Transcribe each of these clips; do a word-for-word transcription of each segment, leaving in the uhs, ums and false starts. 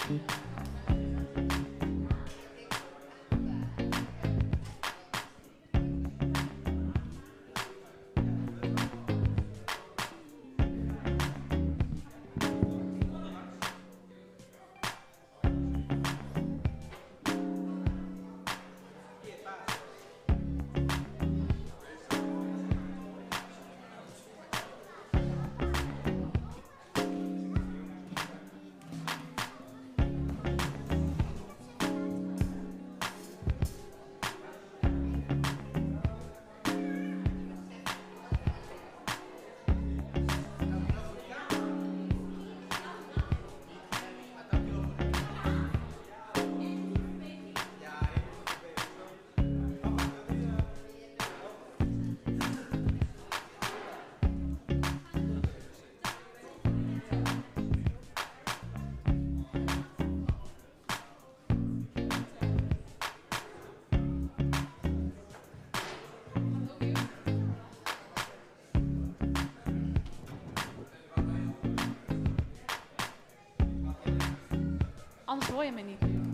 Anders hoor je me niet.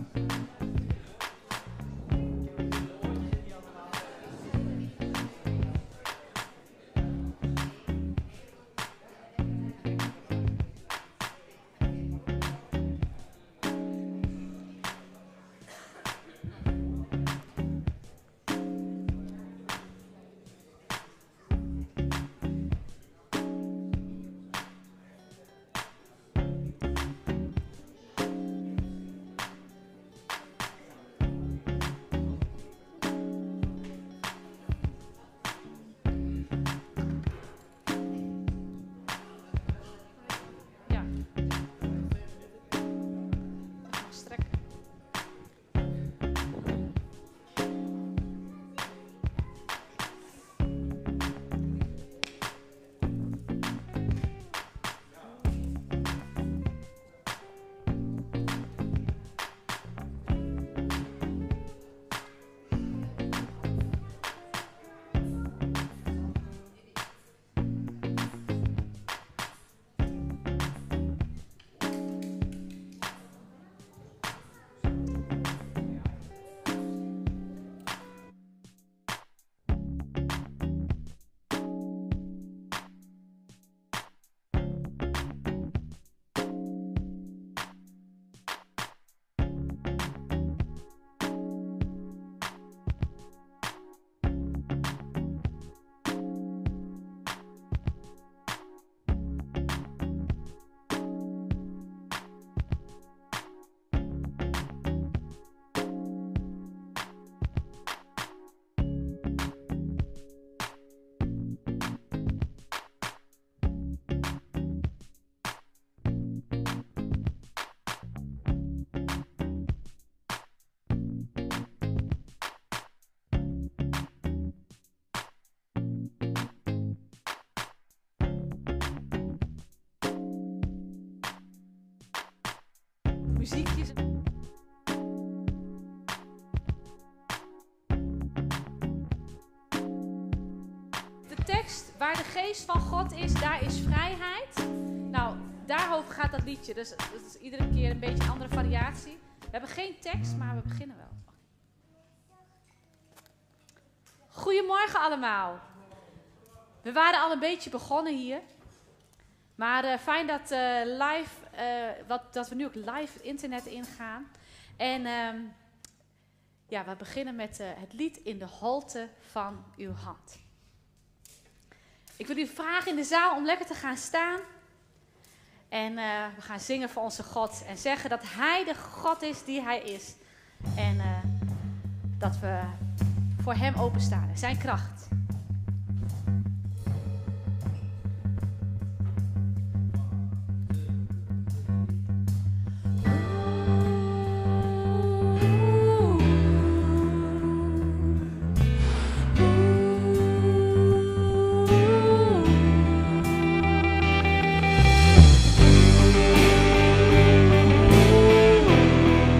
Muziekjes. De tekst, waar de geest van God is, daar is vrijheid. Nou, daarover gaat dat liedje. Dus dat is iedere keer een beetje een andere variatie. We hebben geen tekst, maar we beginnen wel. Goedemorgen allemaal. We waren al een beetje begonnen hier. Maar uh, fijn dat, uh, live, uh, wat, dat we nu ook live het internet ingaan. En um, ja, we beginnen met uh, het lied In de Holte van uw hand. Ik wil u vragen in de zaal om lekker te gaan staan. En uh, we gaan zingen voor onze God. En zeggen dat Hij de God is die Hij is. En uh, dat we voor Hem openstaan. Zijn kracht.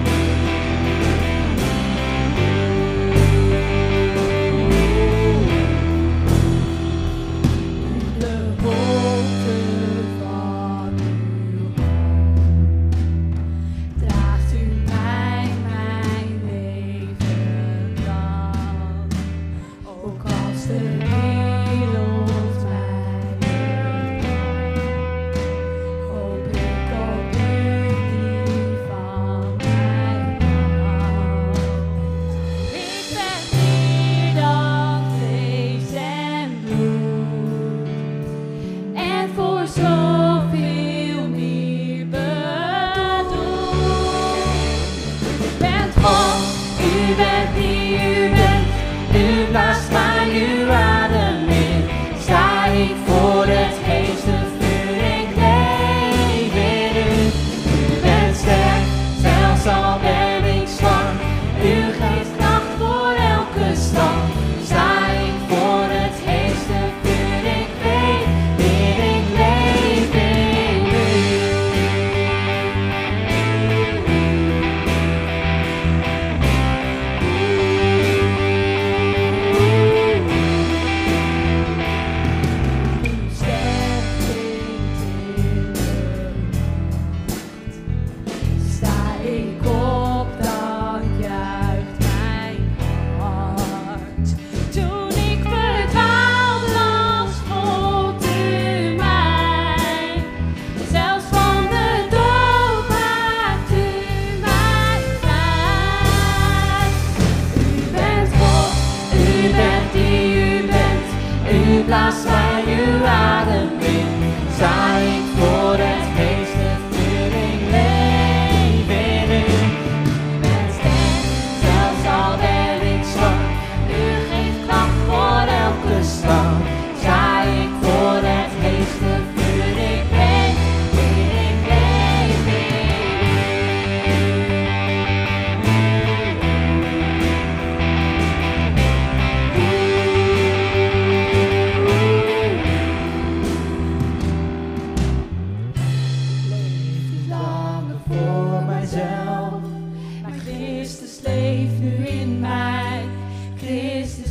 Ooh.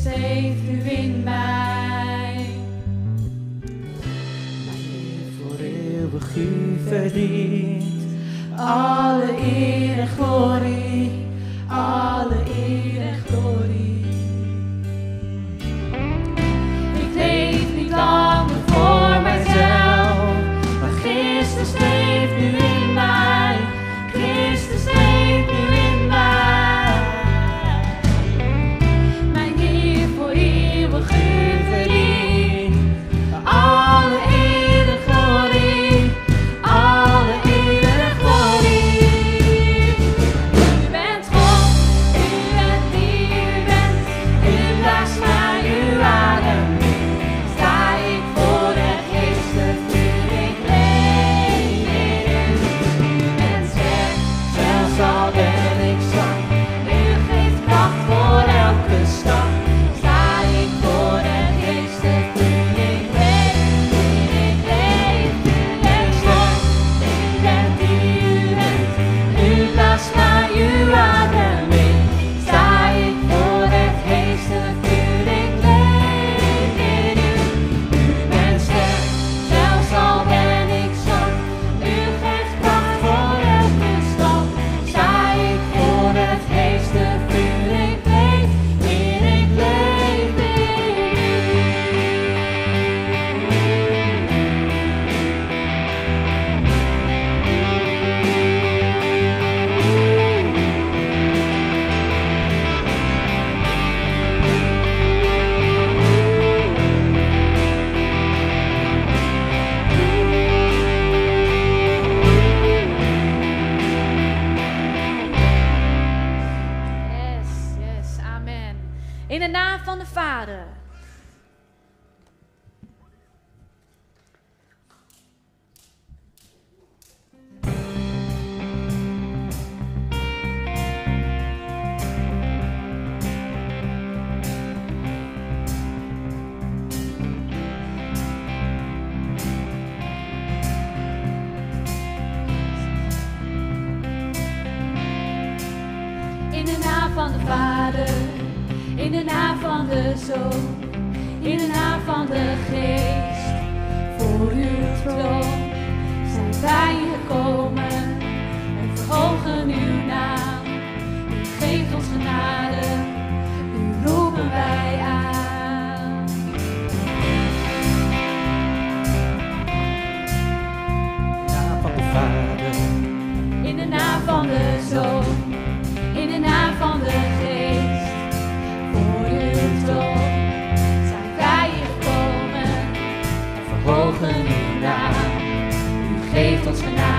leeft nu in mij. Mijn Heer, voor eeuwig u verdient alle eer en glorie, alle eer en glorie. Ik leef niet langer voor mijzelf, maar Christus leeft nu in mij. Christus leeft nu in mij. Mijn Heer, voor eeuwig u verdient alle eer en glorie, alle eer en glorie. U bent God, u bent die u bent, u blaast mij uw adem in. Sta ik voor het heerste vuur, ik leef in u. U bent sterk, zelfs al ben ik zwak, u geeft kracht voor elke stap. Sta ik voor het heerste vuur, ik leef in, ik leef. U bent sterk, u bent die u bent, u blaast mij uw adem in. Sta ik voor het heerste vuur, ik leef in u. U bent sterk, zelfs al ben ik zwak, u geeft kracht voor elke stap. Sta ik voor het heerste vuur, ik leef in, ik leef in u. Yes, yes, amen. In de naam van de Vader. In de naam van de Vader, in de naam van de Zoon, in de naam van de Geest. Voor uw troon zijn wij gekomen en verhogen uw naam. U geeft ons genade, u roepen wij aan. In de naam van de Vader, In de naam van de Zoon, in de naam van de Geest. Voor uw troon zijn wij gekomen en verhogen uw naam. U geeft ons genade.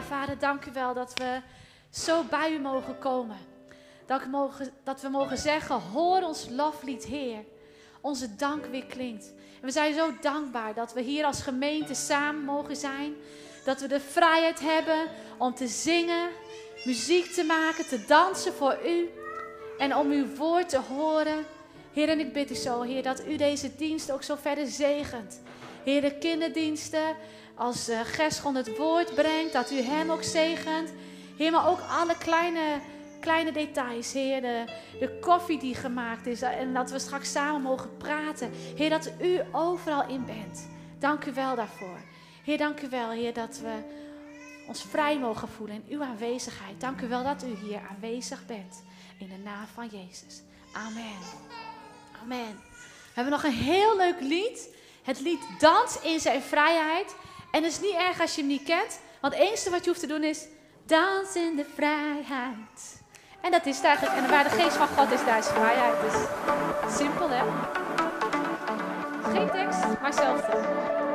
Vader, dank u wel dat we zo bij u mogen komen. Dat we mogen, dat we mogen zeggen, hoor ons loflied, Heer. Onze dank weer klinkt. En we zijn zo dankbaar dat we hier als gemeente samen mogen zijn. Dat we de vrijheid hebben om te zingen, muziek te maken, te dansen voor u. En om uw woord te horen. Heer, en ik bid u zo, Heer, dat u deze dienst ook zo verder zegent. Heer, de kinderdiensten, als uh, Gerschon het woord brengt, dat u hem ook zegent. Heer, maar ook alle kleine, kleine details, Heer, de, de koffie die gemaakt is en dat we straks samen mogen praten. Heer, dat u overal in bent. Dank u wel daarvoor. Heer, dank u wel, Heer, dat we ons vrij mogen voelen in uw aanwezigheid. Dank u wel dat u hier aanwezig bent. In de naam van Jezus. Amen. Amen. We hebben nog een heel leuk lied. Het lied Dans in zijn vrijheid. En het is niet erg als je hem niet kent. Want het enige wat je hoeft te doen is dans in de vrijheid. En dat is het eigenlijk. En waar de geest van God is, daar is vrijheid. Dus simpel, hè? Geen tekst, maar zelfde.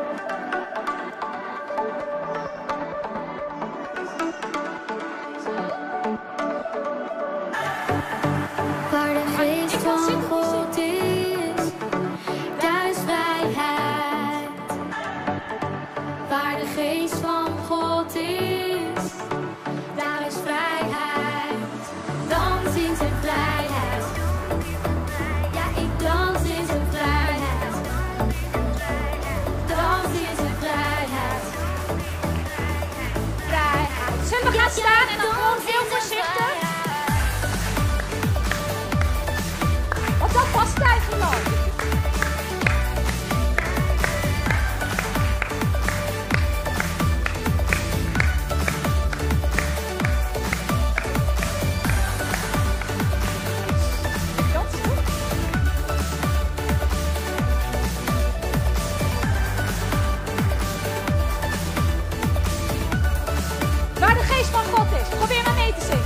Waar de geest van God is, daar is vrijheid. Waar de geest van God is, daar is vrijheid. Dans in zijn vrijheid. Ja, ik dans in zijn vrijheid. Dans in zijn vrijheid. Vrijheid. Zullen we gaan staan en dan gewoon heel voorzichtig? Want dat past tijd gewoon. Waar de geest van God is. Probeer maar mee te zingen.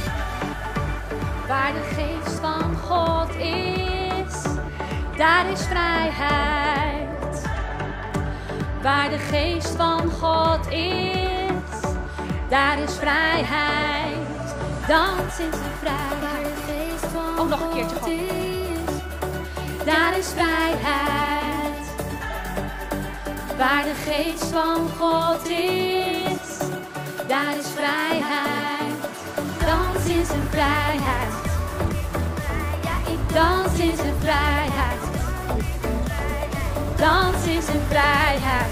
Waar de geest van God is, daar is vrijheid. Waar de geest van God is, daar is vrijheid. Dans in zijn vrijheid. Oh, nog een keertje gewoon. Daar is vrijheid. Waar de geest van God is, daar is vrijheid. Dans in zijn vrijheid. Ja, ik dans in zijn vrijheid. Dans in zijn vrijheid.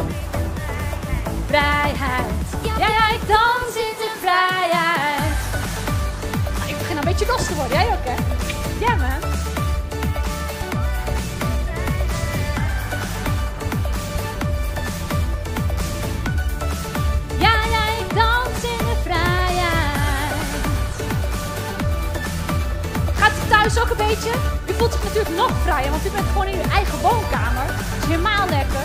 Vrijheid. Ja, ja, ik dans in zijn vrijheid. Nou, ik begin een beetje los te worden. Jij ook, hè? Ja, man. Ja, ja, ik dans in de vrijheid. Gaat het thuis ook een beetje? U voelt zich natuurlijk nog vrijer, want u bent gewoon in uw eigen woonkamer. Dat is helemaal lekker.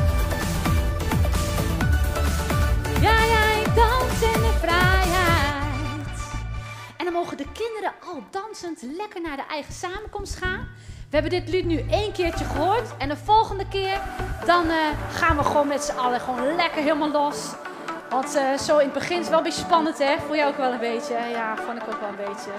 Ja, ja, ik dans in de vrijheid. En dan mogen de kinderen al dansend lekker naar de eigen samenkomst gaan. We hebben dit lied nu één keertje gehoord. En de volgende keer, dan uh, gaan we gewoon met z'n allen gewoon lekker helemaal los. Want uh, zo in het begin is het wel een beetje spannend, hè? Voel je ook wel een beetje? Ja, vond ik ook wel een beetje.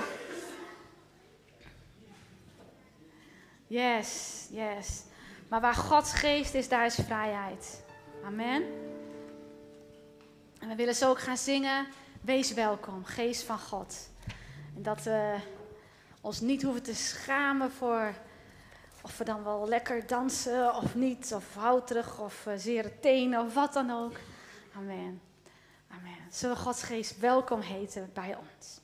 Yes, yes. Maar waar Gods geest is, daar is vrijheid. Amen. En we willen zo ook gaan zingen. Wees welkom, geest van God. En dat we ons niet hoeven te schamen voor of we dan wel lekker dansen of niet. Of houterig of uh, zere tenen of wat dan ook. Amen. Amen. Zullen we Gods geest welkom heten bij ons.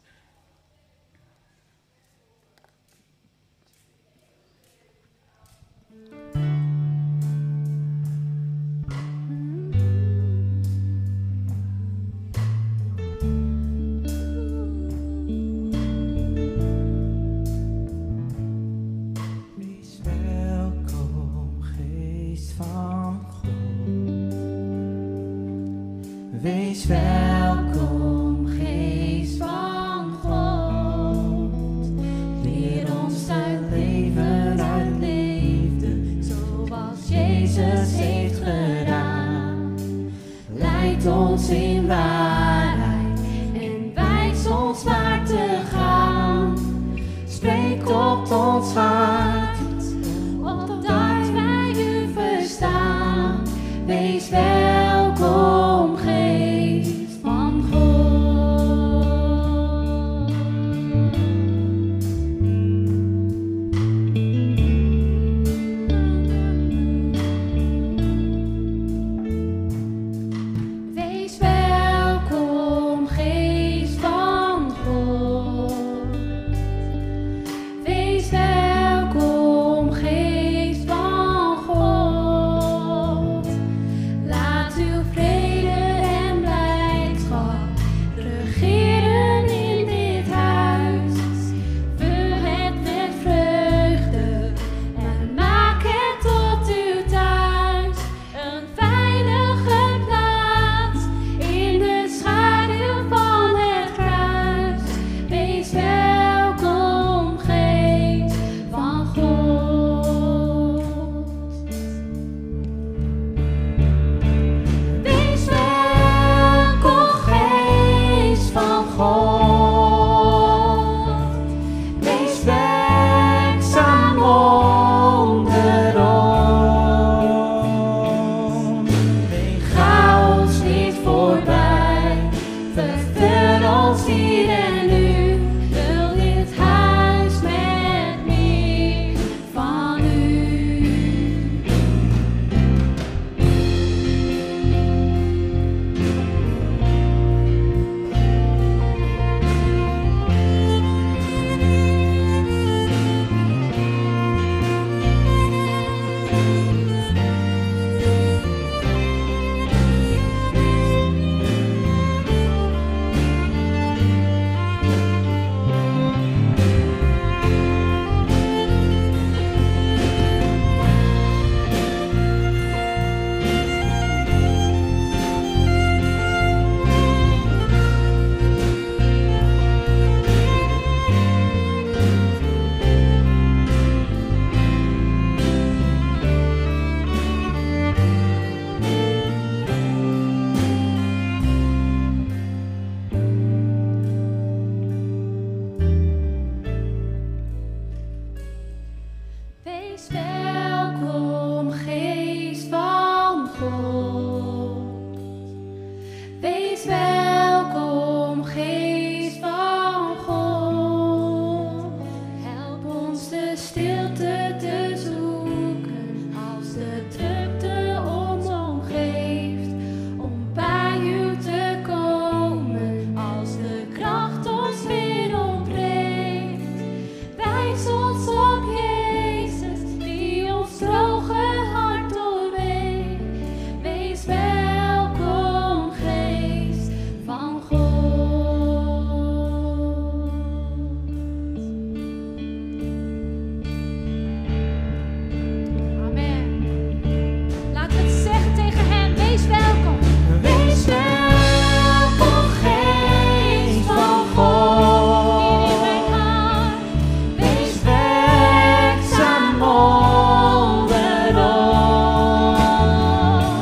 Wees welkom, geest van God. Leer ons uit leven, uit liefde, zoals Jezus heeft gedaan. Leid ons in waarheid. ons hart, opdat wij u verstaan. Wees welkom, Geest van God. Wees welkom, Geest van God. Wees welkom, Geest van God. Laat uw vrede en blijdschap regeren in dit huis. Vul het met vreugde en maak het tot uw thuis. Een veilige plaats in de schaduw van het kruis. Wees welkom, Geest van God. Wees welkom, Geest van God. Wees werkzaam onder ons. Ga ons niet voorbij, vervul ons hier en nu. Vul dit huis met meer van u. Wees welkom, Geest van God. Wees welkom, Geest van God. Help ons de stilte te zoeken als de drukte ons omgeeft. Om bij u te komen als de kracht ons weer ontbreekt. Wijs ons op Jezus, die ons droge hart doorweekt. Wees welkom, Geest van God. Amen. Laten we het zeggen tegen hem. Wees welkom. Wees welkom, Geest van God. Hier in mijn hart. Wees werkzaam onder ons.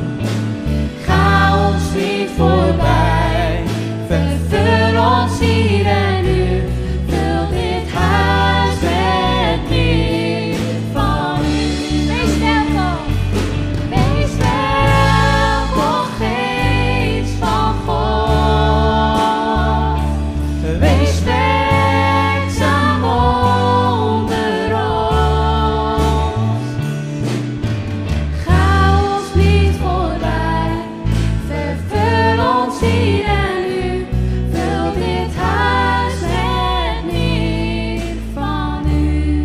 Ga ons niet voorbij, vervul ons hier en nu. Vul dit huis met meer van u. Wees welkom. Wees welkom, Geest van God. Wees werkzaam onder ons. Ga ons niet voorbij, vervul ons hier en nu. Vul dit huis met meer van u.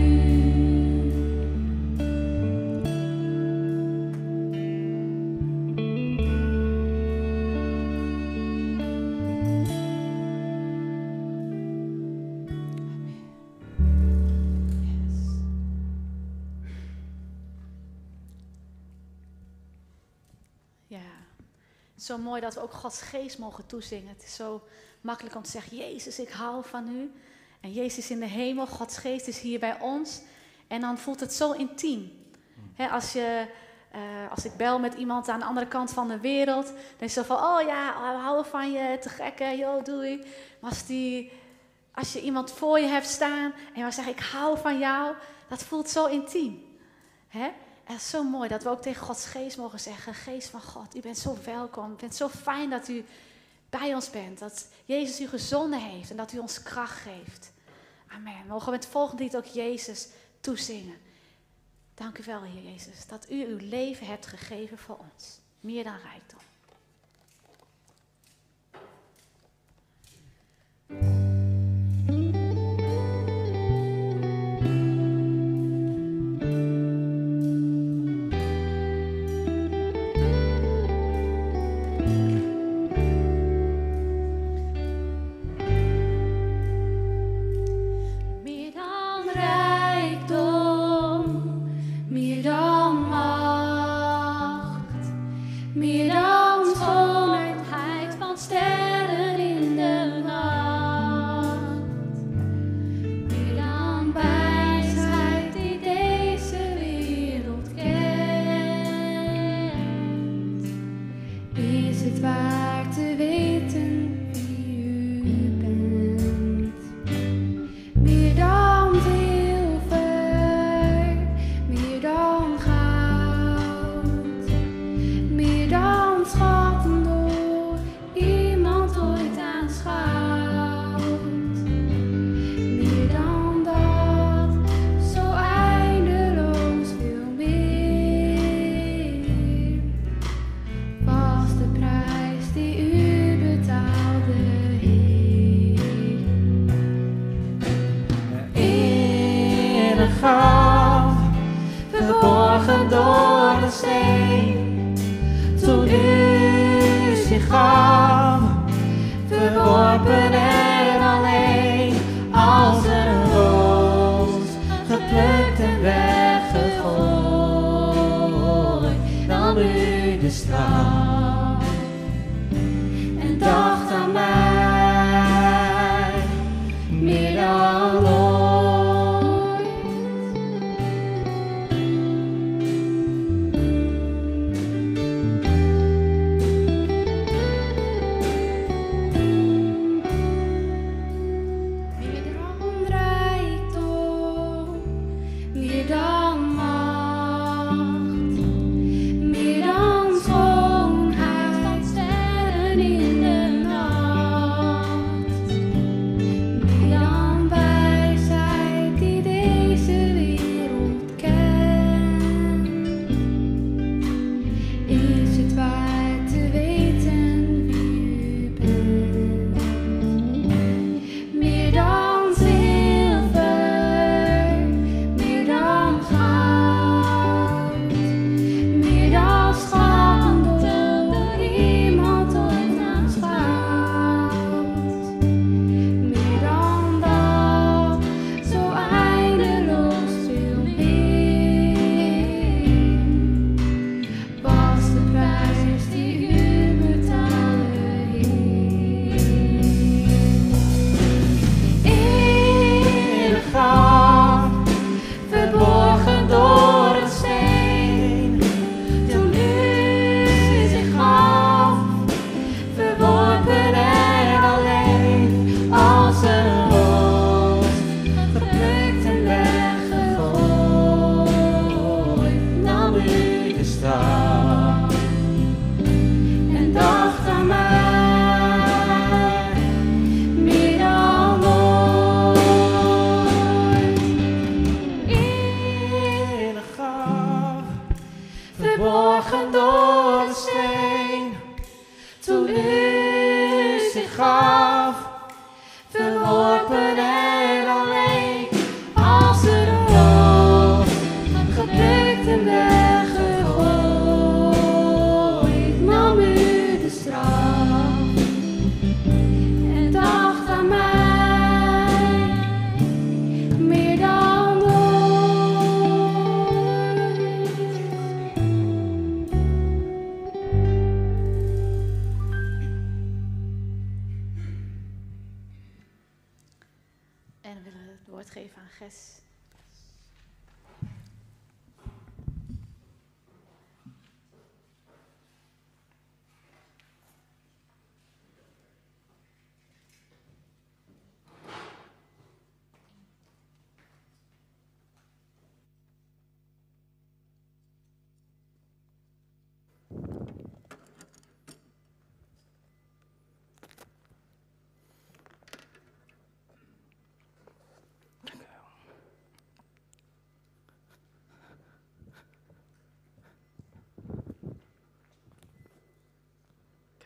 Ja, zo mooi dat we ook Gods geest mogen toezingen. Het is zo makkelijk om te zeggen, Jezus, ik hou van u. En Jezus is in de hemel, Gods geest is hier bij ons. En dan voelt het zo intiem. He, als, je, uh, als ik bel met iemand aan de andere kant van de wereld, dan is het zo van, oh ja, we houden van je, te gek hè, joh, doei. Maar als die Als je iemand voor je hebt staan en je zegt, ik hou van jou, dat voelt zo intiem. Hè? En het is zo mooi dat we ook tegen Gods geest mogen zeggen, geest van God, u bent zo welkom. Het bent zo fijn dat u bij ons bent, dat Jezus u gezonden heeft en dat u ons kracht geeft. Amen. Mogen we met het volgende lied ook Jezus toezingen. Dank u wel, Heer Jezus, dat u uw leven hebt gegeven voor ons. Meer dan rijkdom.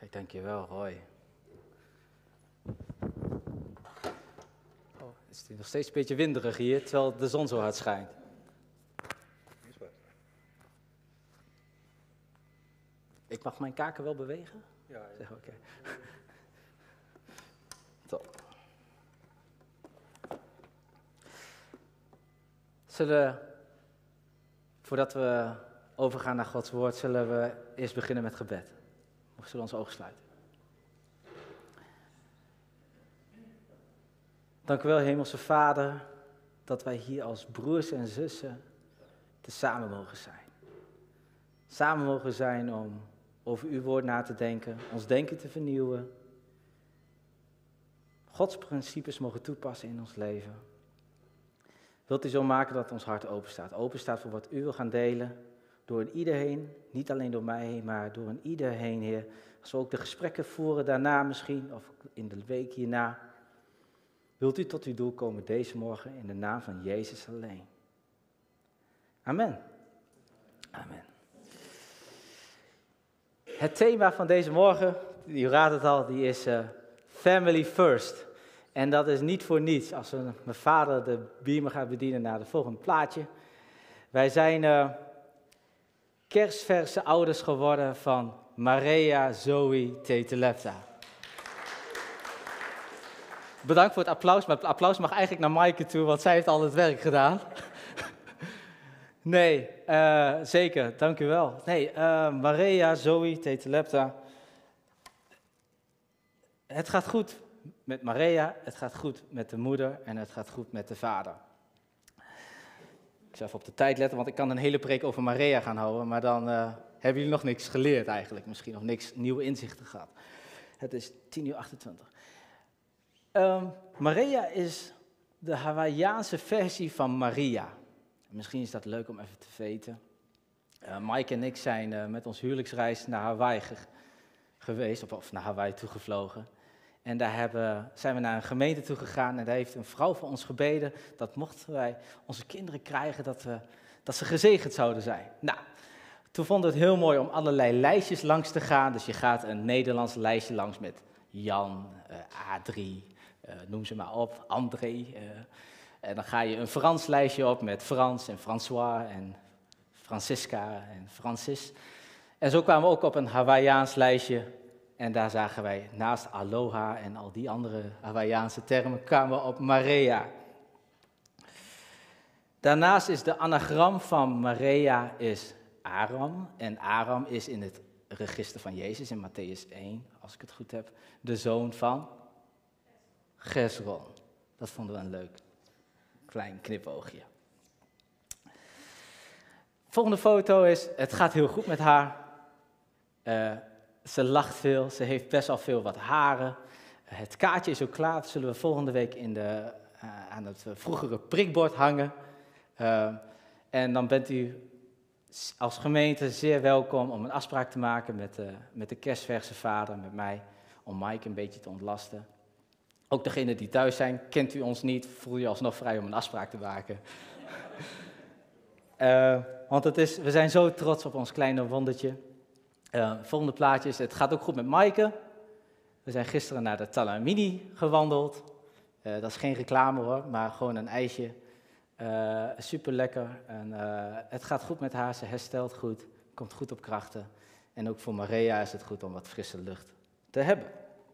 Ik dank je wel, Roy. Oh, het is nog steeds een beetje winderig hier, terwijl de zon zo hard schijnt. Ik mag mijn kaken wel bewegen? Ja, ja. Zeg, oké. Top. Zullen, voordat we overgaan naar Gods woord, zullen we eerst beginnen met gebed. Of zullen we onze ogen sluiten? Dank u wel, Hemelse Vader, dat wij hier als broers en zussen tezamen mogen zijn. Samen mogen zijn om over uw woord na te denken, ons denken te vernieuwen. Gods principes mogen toepassen in ons leven. Wilt u zo maken dat ons hart open staat. Open staat voor wat u wil gaan delen. Door een ieder heen, niet alleen door mij heen, maar door een ieder heen, Heer. Als we ook de gesprekken voeren daarna misschien, of in de week hierna. Wilt u tot uw doel komen deze morgen in de naam van Jezus alleen. Amen. Amen. Het thema van deze morgen, u raadt het al, die is uh, Family First. En dat is niet voor niets, als we, mijn vader de beamer gaat bedienen naar het volgende plaatje. Wij zijn uh, kerstverse ouders geworden van Maria Zoe Tetelepta. Bedankt voor het applaus, maar het applaus mag eigenlijk naar Maaike toe, want zij heeft al het werk gedaan. Nee, uh, zeker, dank u wel. Nee, uh, Maria Zoe Tetelepta. Het gaat goed met Maria, het gaat goed met de moeder en het gaat goed met de vader. Ik zal even op de tijd letten, want ik kan een hele preek over Maria gaan houden, maar dan uh, hebben jullie nog niks geleerd eigenlijk, misschien nog niks nieuwe inzichten gehad. Het is tien uur achtentwintig. Um, Maria is de Hawaïaanse versie van Maria. Misschien is dat leuk om even te weten. Uh, Mike en ik zijn uh, met ons huwelijksreis naar Hawaii ge- geweest, of, of naar Hawaii toegevlogen. En daar hebben, zijn we naar een gemeente toe gegaan en daar heeft een vrouw voor ons gebeden dat mochten wij onze kinderen krijgen, dat, we, dat ze gezegend zouden zijn. Nou, toen vonden we het heel mooi om allerlei lijstjes langs te gaan. Dus je gaat een Nederlands lijstje langs met Jan, uh, Adrie, uh, noem ze maar op, André. Uh, en dan ga je een Frans lijstje op met Frans en François en Francisca en Francis. En zo kwamen we ook op een Hawaïaans lijstje. En daar zagen wij naast aloha en al die andere Hawaïaanse termen, kwamen we op Maria. Daarnaast is de anagram van Maria is Aram. En Aram is in het register van Jezus in Matthäus één, als ik het goed heb, de zoon van Gesron. Dat vonden we een leuk klein knipoogje. Volgende foto is, het gaat heel goed met haar. Uh, Ze lacht veel, ze heeft best wel veel wat haren. Het kaartje is ook klaar, dat zullen we volgende week in de, uh, aan het vroegere prikbord hangen. Uh, en dan bent u als gemeente zeer welkom om een afspraak te maken met, uh, met de kerstverse vader, met mij, om Mike een beetje te ontlasten. Ook degenen die thuis zijn, kent u ons niet, voel je alsnog vrij om een afspraak te maken. uh, want het is, we zijn zo trots op ons kleine wondertje. Uh, volgende plaatje is, het gaat ook goed met Maaike. We zijn gisteren naar de Talamini gewandeld. Uh, dat is geen reclame hoor, maar gewoon een ijsje. Uh, super lekker. En, uh, het gaat goed met haar, ze herstelt goed, komt goed op krachten. En ook voor Maria is het goed om wat frisse lucht te hebben.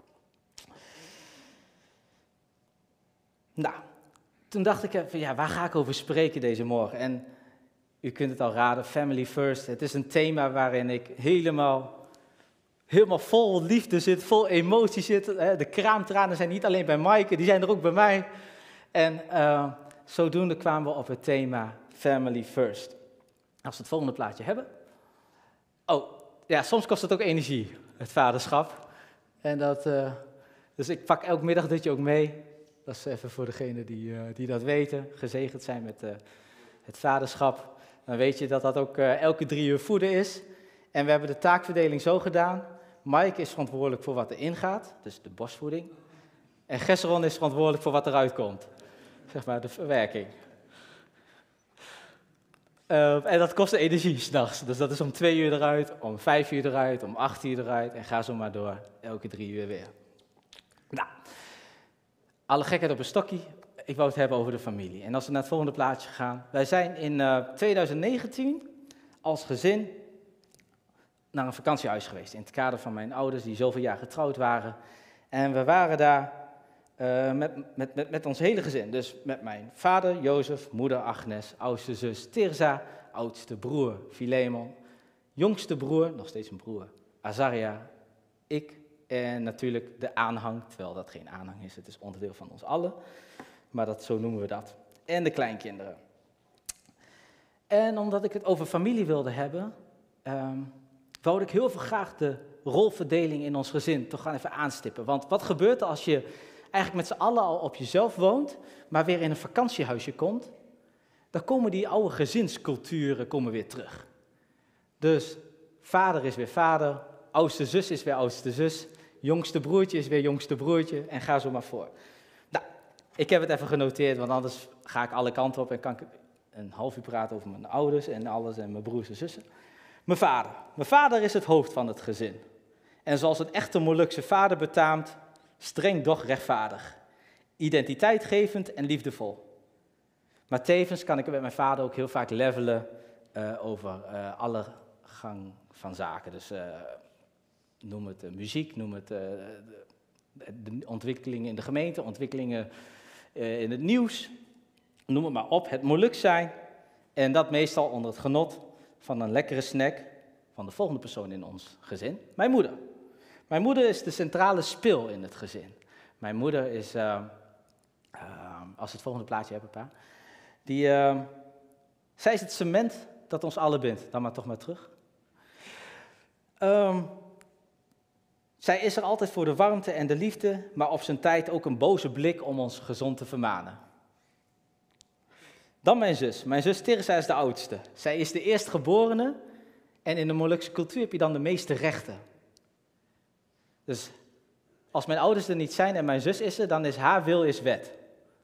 Nou, toen dacht ik even, ja, waar ga ik over spreken deze morgen? En u kunt het al raden, Family First. Het is een thema waarin ik helemaal, helemaal vol liefde zit, vol emotie zit. De kraamtranen zijn niet alleen bij Maaike, die zijn er ook bij mij. En uh, zodoende kwamen we op het thema Family First. Als we het volgende plaatje hebben. Oh, ja, soms kost het ook energie, het vaderschap. En dat, uh, dus ik pak elke middagdutje ook mee. Dat is even voor degenen die, uh, die dat weten, gezegend zijn met uh, het vaderschap. Dan weet je dat dat ook uh, elke drie uur voeden is. En we hebben de taakverdeling zo gedaan. Mike is verantwoordelijk voor wat erin gaat, dus de borstvoeding. En Gesseron is verantwoordelijk voor wat eruit komt. Zeg maar, de verwerking. Uh, en dat kost energie s'nachts. Dus dat is om twee uur eruit, om vijf uur eruit, om acht uur eruit. En ga zo maar door, elke drie uur weer. Nou, alle gekheid op een stokje. Ik wou het hebben over de familie. En als we naar het volgende plaatje gaan. Wij zijn in uh, twintig negentien als gezin naar een vakantiehuis geweest. In het kader van mijn ouders die zoveel jaar getrouwd waren. En we waren daar uh, met, met, met, met ons hele gezin. Dus met mijn vader Jozef, moeder Agnes, oudste zus Tirza, oudste broer Filemon, jongste broer, nog steeds een broer, Azaria, ik en natuurlijk de aanhang, terwijl dat geen aanhang is, het is onderdeel van ons allen. Maar dat, zo noemen we dat. En de kleinkinderen. En omdat ik het over familie wilde hebben, um, wou ik heel veel graag de rolverdeling in ons gezin toch gaan even aanstippen. Want wat gebeurt er als je eigenlijk met z'n allen al op jezelf woont, maar weer in een vakantiehuisje komt? Dan komen die oude gezinsculturen komen weer terug. Dus vader is weer vader, oudste zus is weer oudste zus, jongste broertje is weer jongste broertje en ga zo maar voor. Nou, ik heb het even genoteerd, want anders ga ik alle kanten op en kan ik een half uur praten over mijn ouders en alles en mijn broers en zussen. Mijn vader. Mijn vader is het hoofd van het gezin. En zoals een echte Molukse vader betaamt, streng doch rechtvaardig. Identiteitgevend en liefdevol. Maar tevens kan ik met mijn vader ook heel vaak levelen uh, over uh, alle gang van zaken. Dus uh, noem het uh, muziek, noem het uh, de, de ontwikkelingen in de gemeente, ontwikkelingen uh, in het nieuws. Noem het maar op, het Moluks zijn. En dat meestal onder het genot van een lekkere snack van de volgende persoon in ons gezin, mijn moeder. Mijn moeder is de centrale spil in het gezin. Mijn moeder is, uh, uh, als we het volgende plaatje hebben, pa, die, uh, zij is het cement dat ons allen bindt. Dan maar toch maar terug. Um, zij is er altijd voor de warmte en de liefde, maar op zijn tijd ook een boze blik om ons gezond te vermanen. Dan mijn zus. Mijn zus Tirza is de oudste. Zij is de eerstgeborene en in de Molukse cultuur heb je dan de meeste rechten. Dus als mijn ouders er niet zijn en mijn zus is er, dan is haar wil is wet.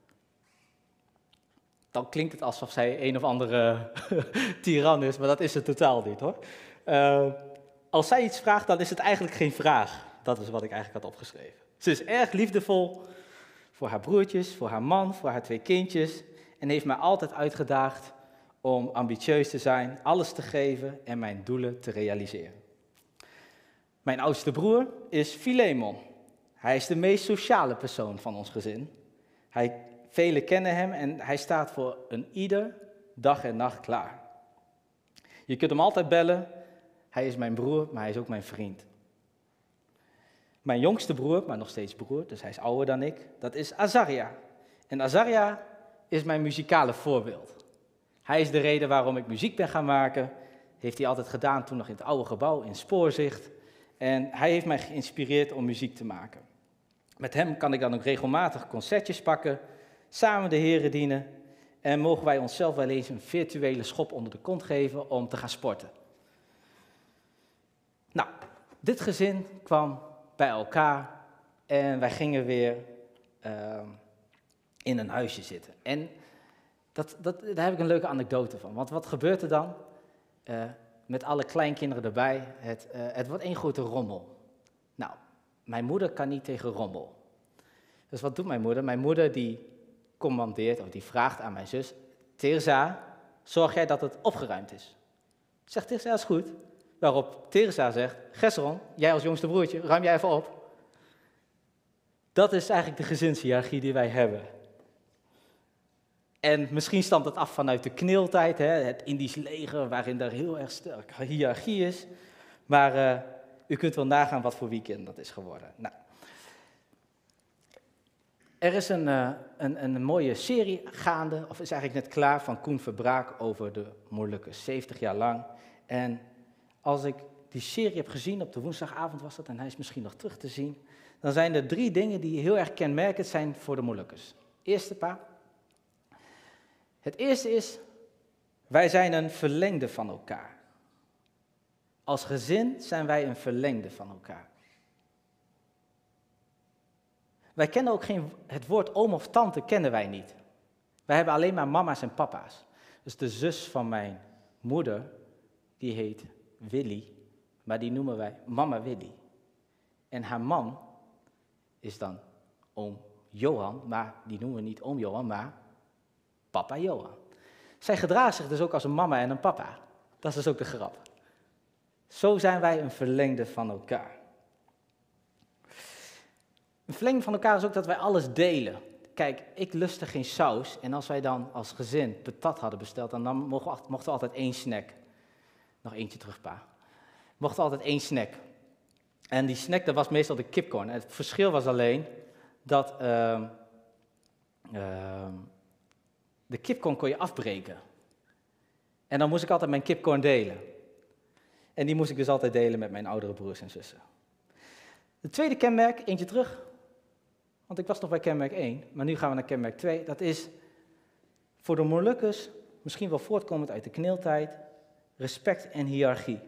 Dan klinkt het alsof zij een of andere tiran is, maar dat is het totaal niet hoor. Uh, als zij iets vraagt, dan is het eigenlijk geen vraag. Dat is wat ik eigenlijk had opgeschreven. Ze is erg liefdevol voor haar broertjes, voor haar man, voor haar twee kindjes. En heeft mij altijd uitgedaagd om ambitieus te zijn, alles te geven en mijn doelen te realiseren. Mijn oudste broer is Filemon. Hij is de meest sociale persoon van ons gezin. Hij, velen kennen hem en hij staat voor een ieder dag en nacht klaar. Je kunt hem altijd bellen. Hij is mijn broer, maar hij is ook mijn vriend. Mijn jongste broer, maar nog steeds broer, dus hij is ouder dan ik, dat is Azaria. En Azaria is mijn muzikale voorbeeld. Hij is de reden waarom ik muziek ben gaan maken. Heeft hij altijd gedaan toen nog in het oude gebouw in Spoorzicht. En hij heeft mij geïnspireerd om muziek te maken. Met hem kan ik dan ook regelmatig concertjes pakken, samen de Here dienen. En mogen wij onszelf wel eens een virtuele schop onder de kont geven om te gaan sporten. Nou, dit gezin kwam bij elkaar en wij gingen weer uh, in een huisje zitten. En dat, dat, daar heb ik een leuke anekdote van. Want wat gebeurt er dan? Uh, met alle kleinkinderen erbij. Het, uh, het wordt één grote rommel. Nou, mijn moeder kan niet tegen rommel. Dus wat doet mijn moeder? Mijn moeder die commandeert, of die vraagt aan mijn zus, Tirza, zorg jij dat het opgeruimd is? Zegt Tirza, is goed. Waarop Tirza zegt, Gesron, jij als jongste broertje, ruim jij even op. Dat is eigenlijk de gezinshiërarchie die wij hebben. En misschien stamt dat af vanuit de kneeltijd, hè, het Indisch leger, waarin er heel erg sterk hiërarchie is. Maar uh, u kunt wel nagaan wat voor weekend dat is geworden. Nou. Er is een, uh, een, een mooie serie gaande, of is eigenlijk net klaar, van Koen Verbraak over de Molukkers, zeventig jaar lang. En als ik die serie heb gezien, op de woensdagavond was dat, en hij is misschien nog terug te zien, dan zijn er drie dingen die heel erg kenmerkend zijn voor de Molukkers. Eerste pa. Het eerste is, wij zijn een verlengde van elkaar. Als gezin zijn wij een verlengde van elkaar. Wij kennen ook geen, het woord oom of tante kennen wij niet. Wij hebben alleen maar mama's en papa's. Dus de zus van mijn moeder, die heet Willy, maar die noemen wij mama Willy. En haar man is dan oom Johan, maar die noemen we niet oom Johan, maar papa Johan. Zij gedraagt zich dus ook als een mama en een papa. Dat is dus ook de grap. Zo zijn wij een verlengde van elkaar. Een verlengde van elkaar is ook dat wij alles delen. Kijk, ik lustte geen saus en als wij dan als gezin patat hadden besteld, dan mochten we, mochten we altijd één snack. Nog eentje terug, pa. We mochten altijd één snack. En die snack, dat was meestal de kipcorn. Het verschil was alleen dat uh, uh, de kipcorn kon je afbreken. En dan moest ik altijd mijn kipcorn delen. En die moest ik dus altijd delen met mijn oudere broers en zussen. Het tweede kenmerk, eentje terug. Want ik was nog bij kenmerk één, maar nu gaan we naar kenmerk twee. Dat is voor de Molukkers, misschien wel voortkomend uit de kneeltijd, respect en hiërarchie.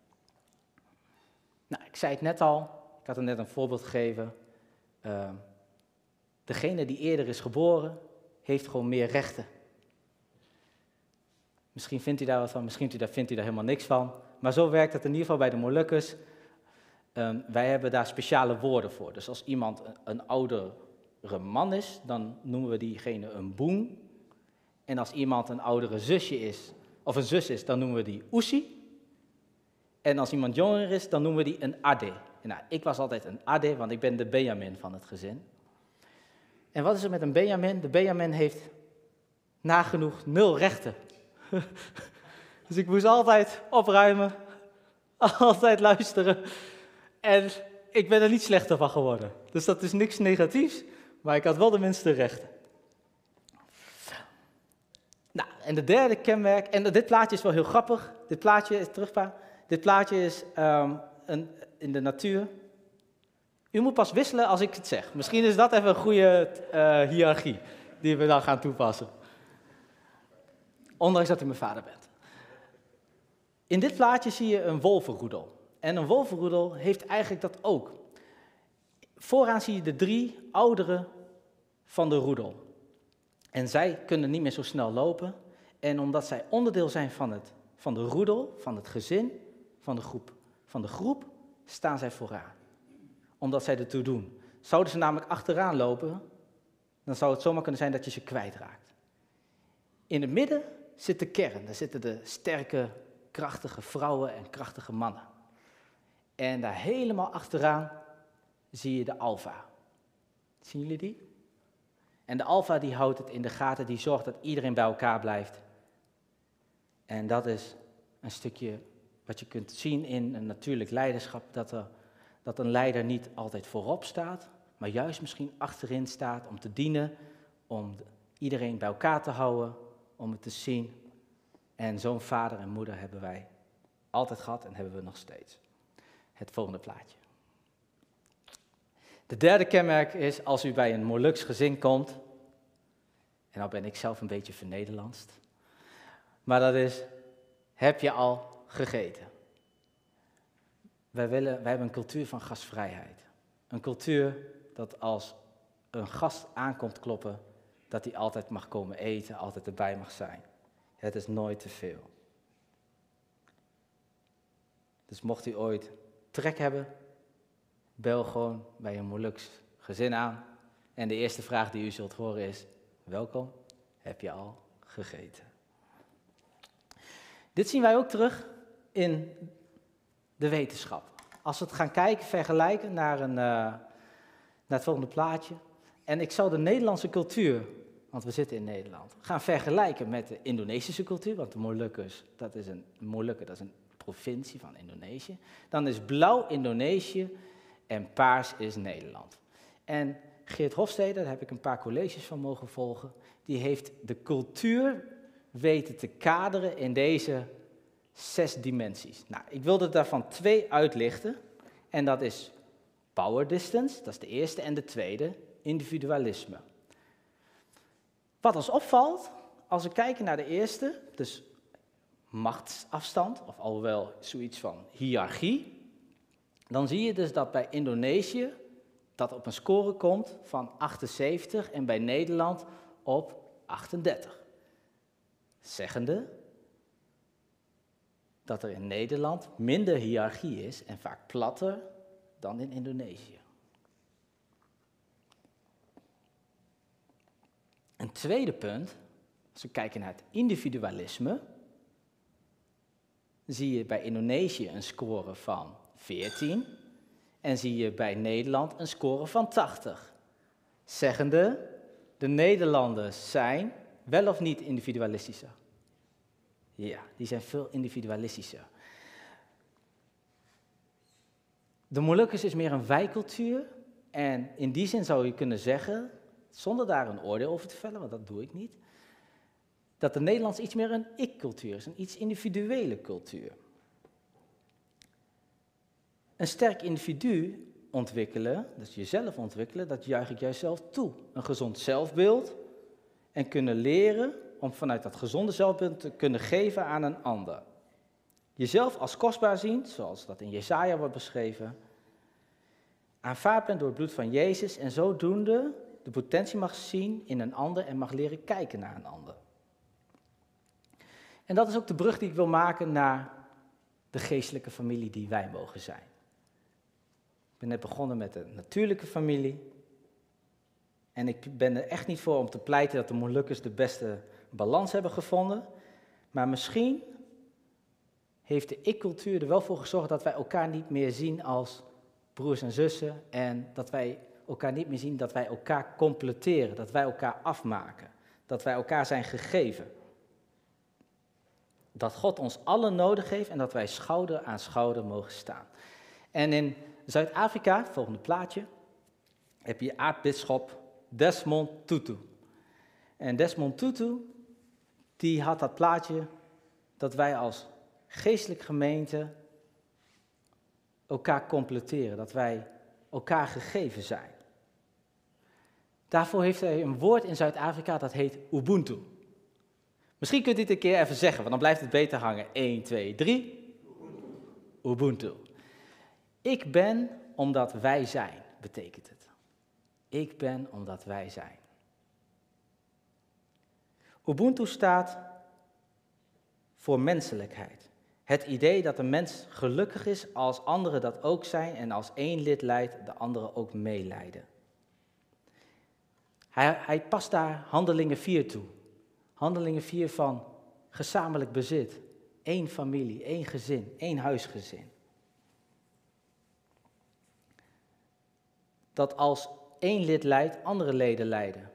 Nou, ik zei het net al, ik had er net een voorbeeld gegeven. Uh, degene die eerder is geboren, heeft gewoon meer rechten. Misschien vindt u daar wat van, misschien vindt u daar helemaal niks van. Maar zo werkt het in ieder geval bij de Molukkers. Um, wij hebben daar speciale woorden voor. Dus als iemand een, een oudere man is, dan noemen we diegene een boem. En als iemand een oudere zusje is, of een zus is, dan noemen we die oesie. En als iemand jonger is, dan noemen we die een ade. Nou, ik was altijd een ade, want ik ben de Benjamin van het gezin. En wat is er met een Benjamin? De Benjamin heeft nagenoeg nul rechten. Dus ik moest altijd opruimen, altijd luisteren. En ik ben er niet slechter van geworden. Dus dat is niks negatiefs, maar ik had wel de minste rechten. Nou, en de derde kenmerk, en dit plaatje is wel heel grappig. Dit plaatje is terugpa. Dit plaatje is um, een, in de natuur. U moet pas wisselen als ik het zeg. Misschien is dat even een goede uh, hiërarchie die we dan gaan toepassen. Ondanks dat u mijn vader bent. In dit plaatje zie je een wolvenroedel. En een wolvenroedel heeft eigenlijk dat ook. Vooraan zie je de drie ouderen van de roedel. En zij kunnen niet meer zo snel lopen. En omdat zij onderdeel zijn van, het, van de roedel, van het gezin, van de groep, van de groep, staan zij vooraan. Omdat zij ertoe doen. Zouden ze namelijk achteraan lopen, dan zou het zomaar kunnen zijn dat je ze kwijtraakt. In het midden zit de kern. Daar zitten de sterke, krachtige vrouwen en krachtige mannen. En daar helemaal achteraan zie je de alfa. Zien jullie die? En de alfa die houdt het in de gaten, die zorgt dat iedereen bij elkaar blijft. En dat is een stukje wat je kunt zien in een natuurlijk leiderschap, dat, er, dat een leider niet altijd voorop staat, maar juist misschien achterin staat om te dienen, om iedereen bij elkaar te houden, om het te zien. En zo'n vader en moeder hebben wij altijd gehad en hebben we nog steeds. Het volgende plaatje. De derde kenmerk is, als u bij een Moluks gezin komt, en nou ben ik zelf een beetje vernederlandst, maar dat is, heb je al gegeten? Wij, willen, wij hebben een cultuur van gastvrijheid. Een cultuur dat als een gast aankomt kloppen, dat hij altijd mag komen eten, altijd erbij mag zijn. Het is nooit te veel. Dus mocht u ooit trek hebben, bel gewoon bij een Moluks gezin aan. En de eerste vraag die u zult horen is, welkom, heb je al gegeten? Dit zien wij ook terug in de wetenschap. Als we het gaan kijken, vergelijken naar, een, uh, naar het volgende plaatje. En ik zou de Nederlandse cultuur, want we zitten in Nederland, gaan vergelijken met de Indonesische cultuur. Want de Molukkers, dat is een, Molukken, dat is een provincie van Indonesië. Dan is blauw Indonesië en paars is Nederland. En Geert Hofstede, daar heb ik een paar colleges van mogen volgen, die heeft de cultuur weten te kaderen in deze zes dimensies. Nou, ik wilde daarvan twee uitlichten. En dat is power distance, dat is de eerste, en de tweede, individualisme. Wat ons opvalt, als we kijken naar de eerste, dus machtsafstand, of alhoewel zoiets van hiërarchie, dan zie je dus dat bij Indonesië dat op een score komt van achtenzeventig en bij Nederland op achtendertig. Zeggende, dat er in Nederland minder hiërarchie is en vaak platter dan in Indonesië. Een tweede punt, als we kijken naar het individualisme, zie je bij Indonesië een score van veertien en zie je bij Nederland een score van tachtig. Zeggende, de Nederlanders zijn wel of niet individualistischer? Ja, die zijn veel individualistischer. De Molukkers is meer een wij-cultuur en in die zin zou je kunnen zeggen, zonder daar een oordeel over te vellen, want dat doe ik niet, dat de Nederlands iets meer een ik-cultuur is, een iets individuele cultuur. Een sterk individu ontwikkelen, dus jezelf ontwikkelen, dat juich ik juist zelf toe. Een gezond zelfbeeld en kunnen leren om vanuit dat gezonde zelfbeeld te kunnen geven aan een ander. Jezelf als kostbaar zien, zoals dat in Jesaja wordt beschreven, aanvaard bent door het bloed van Jezus en zodoende de potentie mag zien in een ander en mag leren kijken naar een ander. En dat is ook de brug die ik wil maken naar de geestelijke familie die wij mogen zijn. Ik ben net begonnen met de natuurlijke familie. En ik ben er echt niet voor om te pleiten dat de Molukkers de beste balans hebben gevonden. Maar misschien heeft de ik-cultuur er wel voor gezorgd dat wij elkaar niet meer zien als broers en zussen. En dat wij elkaar niet meer zien dat wij elkaar completeren, dat wij elkaar afmaken. Dat wij elkaar zijn gegeven. Dat God ons allen nodig heeft en dat wij schouder aan schouder mogen staan. En in Zuid-Afrika, volgende plaatje, heb je aartsbisschop Desmond Tutu. En Desmond Tutu, die had dat plaatje dat wij als geestelijke gemeente elkaar completeren, dat wij elkaar gegeven zijn. Daarvoor heeft hij een woord in Zuid-Afrika dat heet Ubuntu. Misschien kunt u het een keer even zeggen, want dan blijft het beter hangen. één, twee, drie. Ubuntu. Ik ben omdat wij zijn, betekent het. Ik ben omdat wij zijn. Ubuntu staat voor menselijkheid. Het idee dat een mens gelukkig is als anderen dat ook zijn en als één lid lijdt, de anderen ook meelijden. Hij, hij past daar Handelingen vier toe. Handelingen vier van gezamenlijk bezit. Eén familie, één gezin, één huisgezin. Dat als één lid lijdt, andere leden lijden.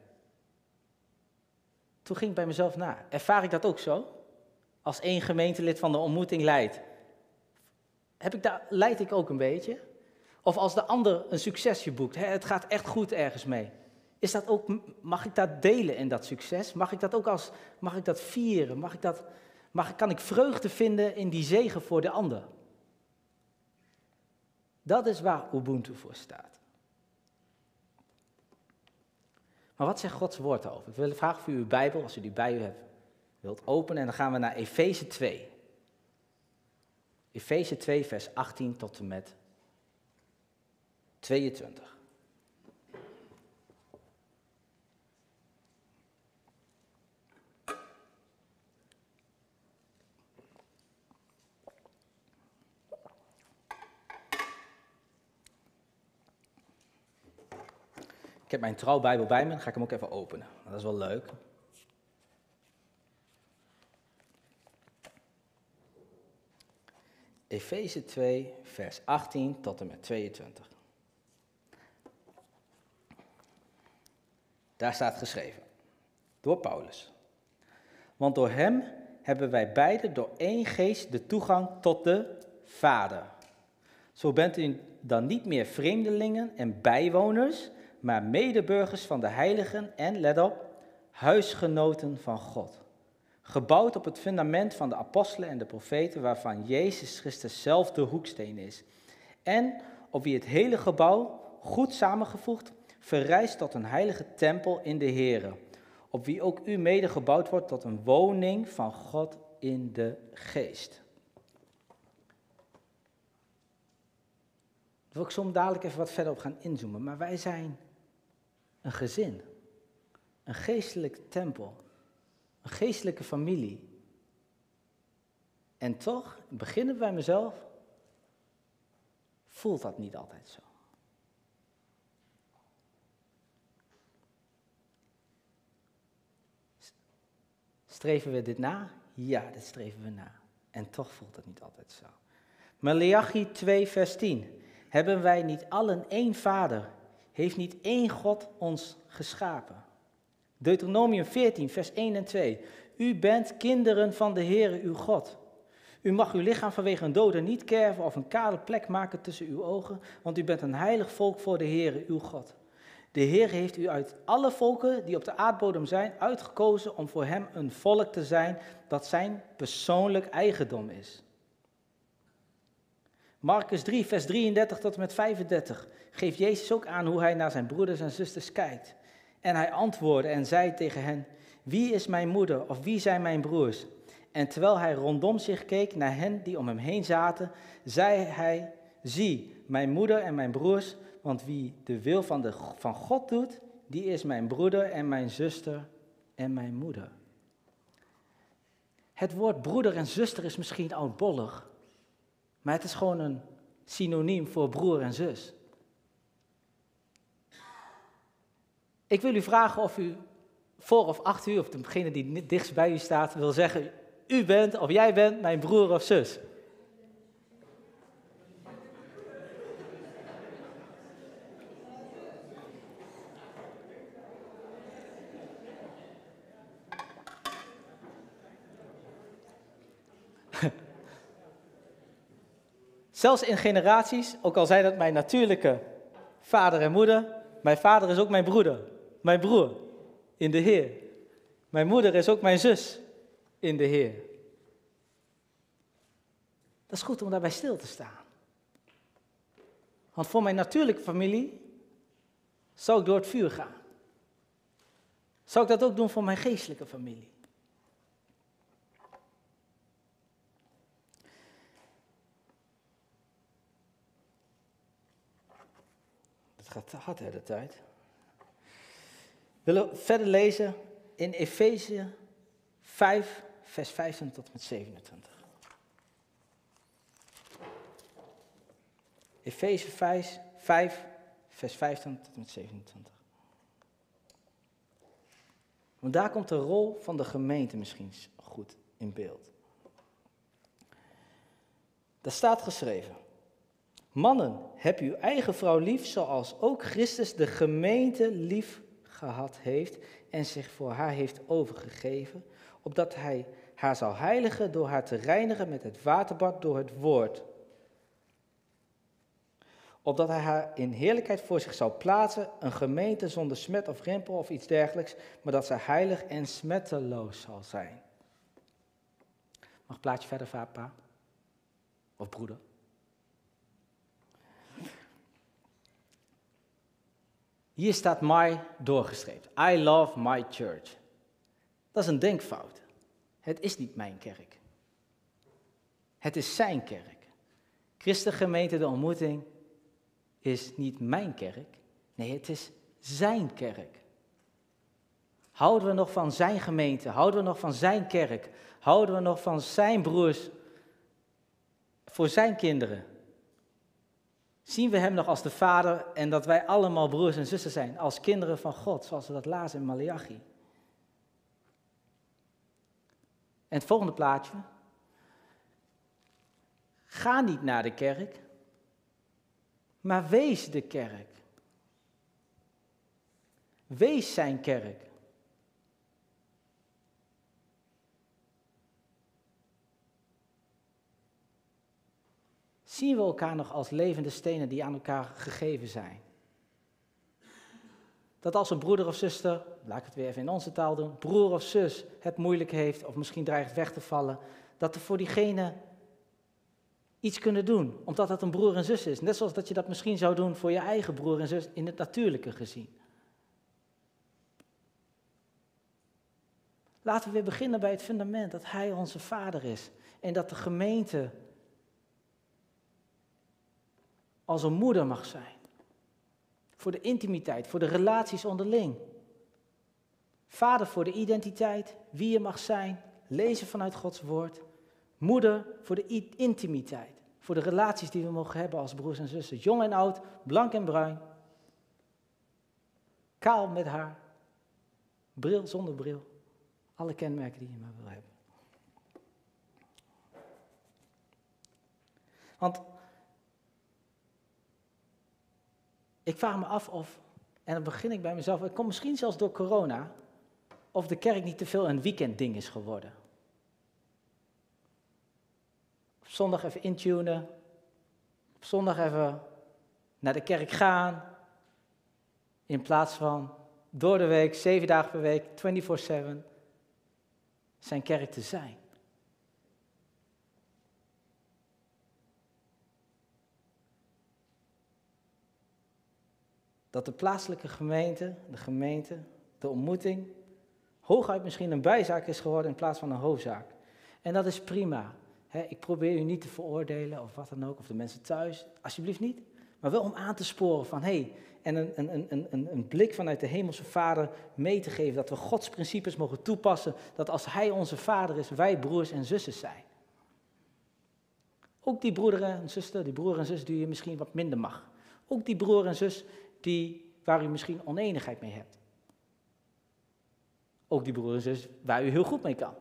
Toen ging ik bij mezelf na. Ervaar ik dat ook zo? Als één gemeentelid van de ontmoeting lijdt, heb ik daar, lijd ik ook een beetje? Of als de ander een succesje boekt, hè, het gaat echt goed ergens mee. Is dat ook, mag ik dat delen in dat succes? Mag ik dat ook als, mag ik dat vieren? Mag ik dat, mag, kan ik vreugde vinden in die zegen voor de ander? Dat is waar Ubuntu voor staat. Maar wat zegt Gods woord over? Ik wil vragen of u uw Bijbel, als u die bij u hebt, wilt openen. En dan gaan we naar Efeze twee. Efeze twee, vers achttien tot en met tweeëntwintig. Ik heb mijn trouwbijbel bij me, dan ga ik hem ook even openen. Dat is wel leuk. Efeze twee, vers achttien tot en met tweeëntwintig. Daar staat geschreven, door Paulus. Want door hem hebben wij beiden door één geest de toegang tot de Vader. Zo bent u dan niet meer vreemdelingen en bijwoners, maar medeburgers van de heiligen en, let op, huisgenoten van God. Gebouwd op het fundament van de apostelen en de profeten, waarvan Jezus Christus zelf de hoeksteen is. En op wie het hele gebouw, goed samengevoegd, verrijst tot een heilige tempel in de Here. Op wie ook u mede gebouwd wordt tot een woning van God in de geest. Daar wil ik zo dadelijk even wat verder op gaan inzoomen. Maar wij zijn een gezin. Een geestelijke tempel. Een geestelijke familie. En toch, beginnen bij mezelf, voelt dat niet altijd zo. Streven we dit na? Ja, dit streven we na. En toch voelt het niet altijd zo. Maleachi twee vers tien. Hebben wij niet allen één vader? Heeft niet één God ons geschapen? Deuteronomium veertien vers één en twee. U bent kinderen van de Heere uw God. U mag uw lichaam vanwege een dode niet kerven of een kale plek maken tussen uw ogen, want u bent een heilig volk voor de Heere uw God. De Heer heeft u uit alle volken die op de aardbodem zijn uitgekozen om voor hem een volk te zijn dat zijn persoonlijk eigendom is. Markus drie, vers drieëndertig tot en met vijfendertig geeft Jezus ook aan hoe hij naar zijn broeders en zusters kijkt. En hij antwoordde en zei tegen hen, wie is mijn moeder of wie zijn mijn broers? En terwijl hij rondom zich keek naar hen die om hem heen zaten, zei hij, zie, mijn moeder en mijn broers, want wie de wil van, de, van God doet, die is mijn broeder en mijn zuster en mijn moeder. Het woord broeder en zuster is misschien oudbollig, maar het is gewoon een synoniem voor broer en zus. Ik wil u vragen of u voor of achter u, of degene die dichtst bij u staat, wil zeggen, u bent of jij bent mijn broer of zus. Zelfs in generaties, ook al zijn het mijn natuurlijke vader en moeder, mijn vader is ook mijn broeder, mijn broer in de Heer. Mijn moeder is ook mijn zus in de Heer. Dat is goed om daarbij stil te staan. Want voor mijn natuurlijke familie zou ik door het vuur gaan. Zou ik dat ook doen voor mijn geestelijke familie? Het gaat te hard, hè, de tijd. We willen verder lezen in Efeze vijf, vers vijfentwintig tot en met zevenentwintig. Efeze vijf, vers vijftien tot en met zevenentwintig. Want daar komt de rol van de gemeente misschien goed in beeld. Daar staat geschreven: mannen, heb uw eigen vrouw lief, zoals ook Christus de gemeente lief gehad heeft en zich voor haar heeft overgegeven, opdat hij haar zal heiligen door haar te reinigen met het waterbad door het woord. Opdat hij haar in heerlijkheid voor zich zou plaatsen, een gemeente zonder smet of rimpel of iets dergelijks, maar dat zij heilig en smetteloos zal zijn. Mag het plaatje verder, papa? Of broeder? Hier staat my doorgestreept. I love my church. Dat is een denkfout. Het is niet mijn kerk. Het is zijn kerk. Christengemeente de ontmoeting is niet mijn kerk. Nee, het is zijn kerk. Houden we nog van zijn gemeente? Houden we nog van zijn kerk? Houden we nog van zijn broers voor zijn kinderen? Zien we hem nog als de vader en dat wij allemaal broers en zussen zijn, als kinderen van God, zoals we dat lazen in Maleachi? En het volgende plaatje. Ga niet naar de kerk, maar wees de kerk. Wees zijn kerk. Zien we elkaar nog als levende stenen die aan elkaar gegeven zijn? Dat als een broeder of zuster, laat ik het weer even in onze taal doen, broer of zus het moeilijk heeft of misschien dreigt weg te vallen, dat we voor diegene iets kunnen doen, omdat dat een broer en zus is. Net zoals dat je dat misschien zou doen voor je eigen broer en zus in het natuurlijke gezien. Laten we weer beginnen bij het fundament dat hij onze vader is en dat de gemeente als een moeder mag zijn. Voor de intimiteit, voor de relaties onderling. Vader voor de identiteit, wie je mag zijn, lezen vanuit Gods woord. Moeder voor de i- intimiteit. Voor de relaties die we mogen hebben als broers en zussen. Jong en oud, blank en bruin. Kaal met haar. Bril zonder bril. Alle kenmerken die je maar wil hebben. Want ik vraag me af of, en dan begin ik bij mezelf, het komt misschien zelfs door corona, of de kerk niet te veel een weekendding is geworden. Op zondag even intunen, op zondag even naar de kerk gaan, in plaats van door de week, zeven dagen per week, vierentwintig zeven, zijn kerk te zijn. Dat de plaatselijke gemeente, de gemeente, de ontmoeting, hooguit misschien een bijzaak is geworden in plaats van een hoofdzaak. En dat is prima. He, ik probeer u niet te veroordelen of wat dan ook, of de mensen thuis, alsjeblieft niet. Maar wel om aan te sporen van, hé, hey, en een, een, een, een, een blik vanuit de Hemelse Vader mee te geven, dat we Gods principes mogen toepassen, dat als Hij onze Vader is, wij broers en zussen zijn. Ook die broeder en zuster, die broer en zus die je misschien wat minder mag. Ook die broer en zus die, waar u misschien oneenigheid mee hebt. Ook die broer en zus waar u heel goed mee kan.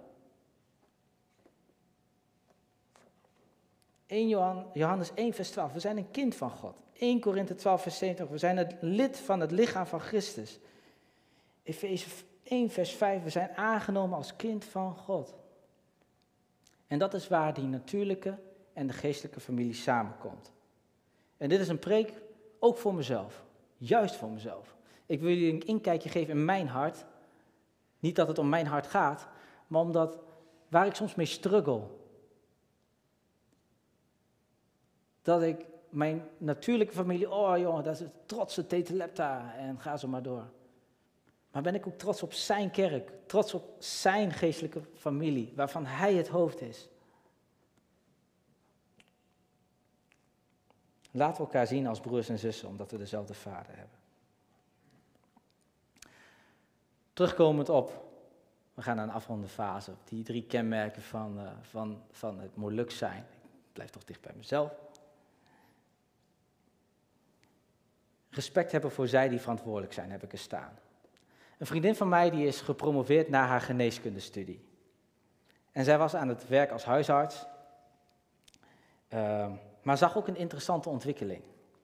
eerste Johannes één vers twaalf, we zijn een kind van God. eerste Korinthe twaalf vers zevenentwintig, we zijn het lid van het lichaam van Christus. Efeze één vers vijf, we zijn aangenomen als kind van God. En dat is waar die natuurlijke en de geestelijke familie samenkomt. En dit is een preek ook voor mezelf. Juist voor mezelf. Ik wil jullie een inkijkje geven in mijn hart. Niet dat het om mijn hart gaat, maar omdat waar ik soms mee struggle. Dat ik mijn natuurlijke familie, oh jongen, dat is een trotse tetelepta en ga zo maar door. Maar ben ik ook trots op zijn kerk, trots op zijn geestelijke familie, waarvan hij het hoofd is. Laten we elkaar zien als broers en zussen, omdat we dezelfde vader hebben. Terugkomend op, we gaan naar een afrondende fase, op die drie kenmerken van, uh, van, van het Molux zijn. Ik blijf toch dicht bij mezelf. Respect hebben voor zij die verantwoordelijk zijn, heb ik er staan. Een vriendin van mij die is gepromoveerd na haar geneeskundestudie. En zij was aan het werk als huisarts, uh, maar zag ook een interessante ontwikkeling.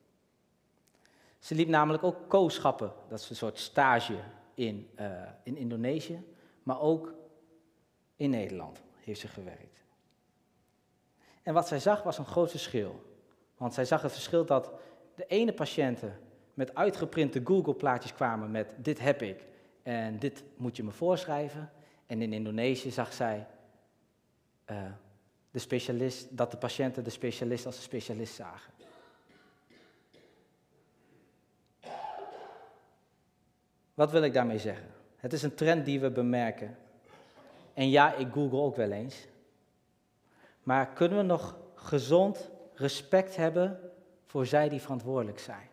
Ze liep namelijk ook kooschappen, dat is een soort stage in, uh, in Indonesië, maar ook in Nederland heeft ze gewerkt. En wat zij zag was een groot verschil. Want zij zag het verschil dat de ene patiënten met uitgeprinte Google-plaatjes kwamen met dit heb ik en dit moet je me voorschrijven. En in Indonesië zag zij uh, de specialist, dat de patiënten de specialist als een specialist zagen. Wat wil ik daarmee zeggen? Het is een trend die we bemerken. En ja, ik google ook wel eens. Maar kunnen we nog gezond respect hebben voor zij die verantwoordelijk zijn?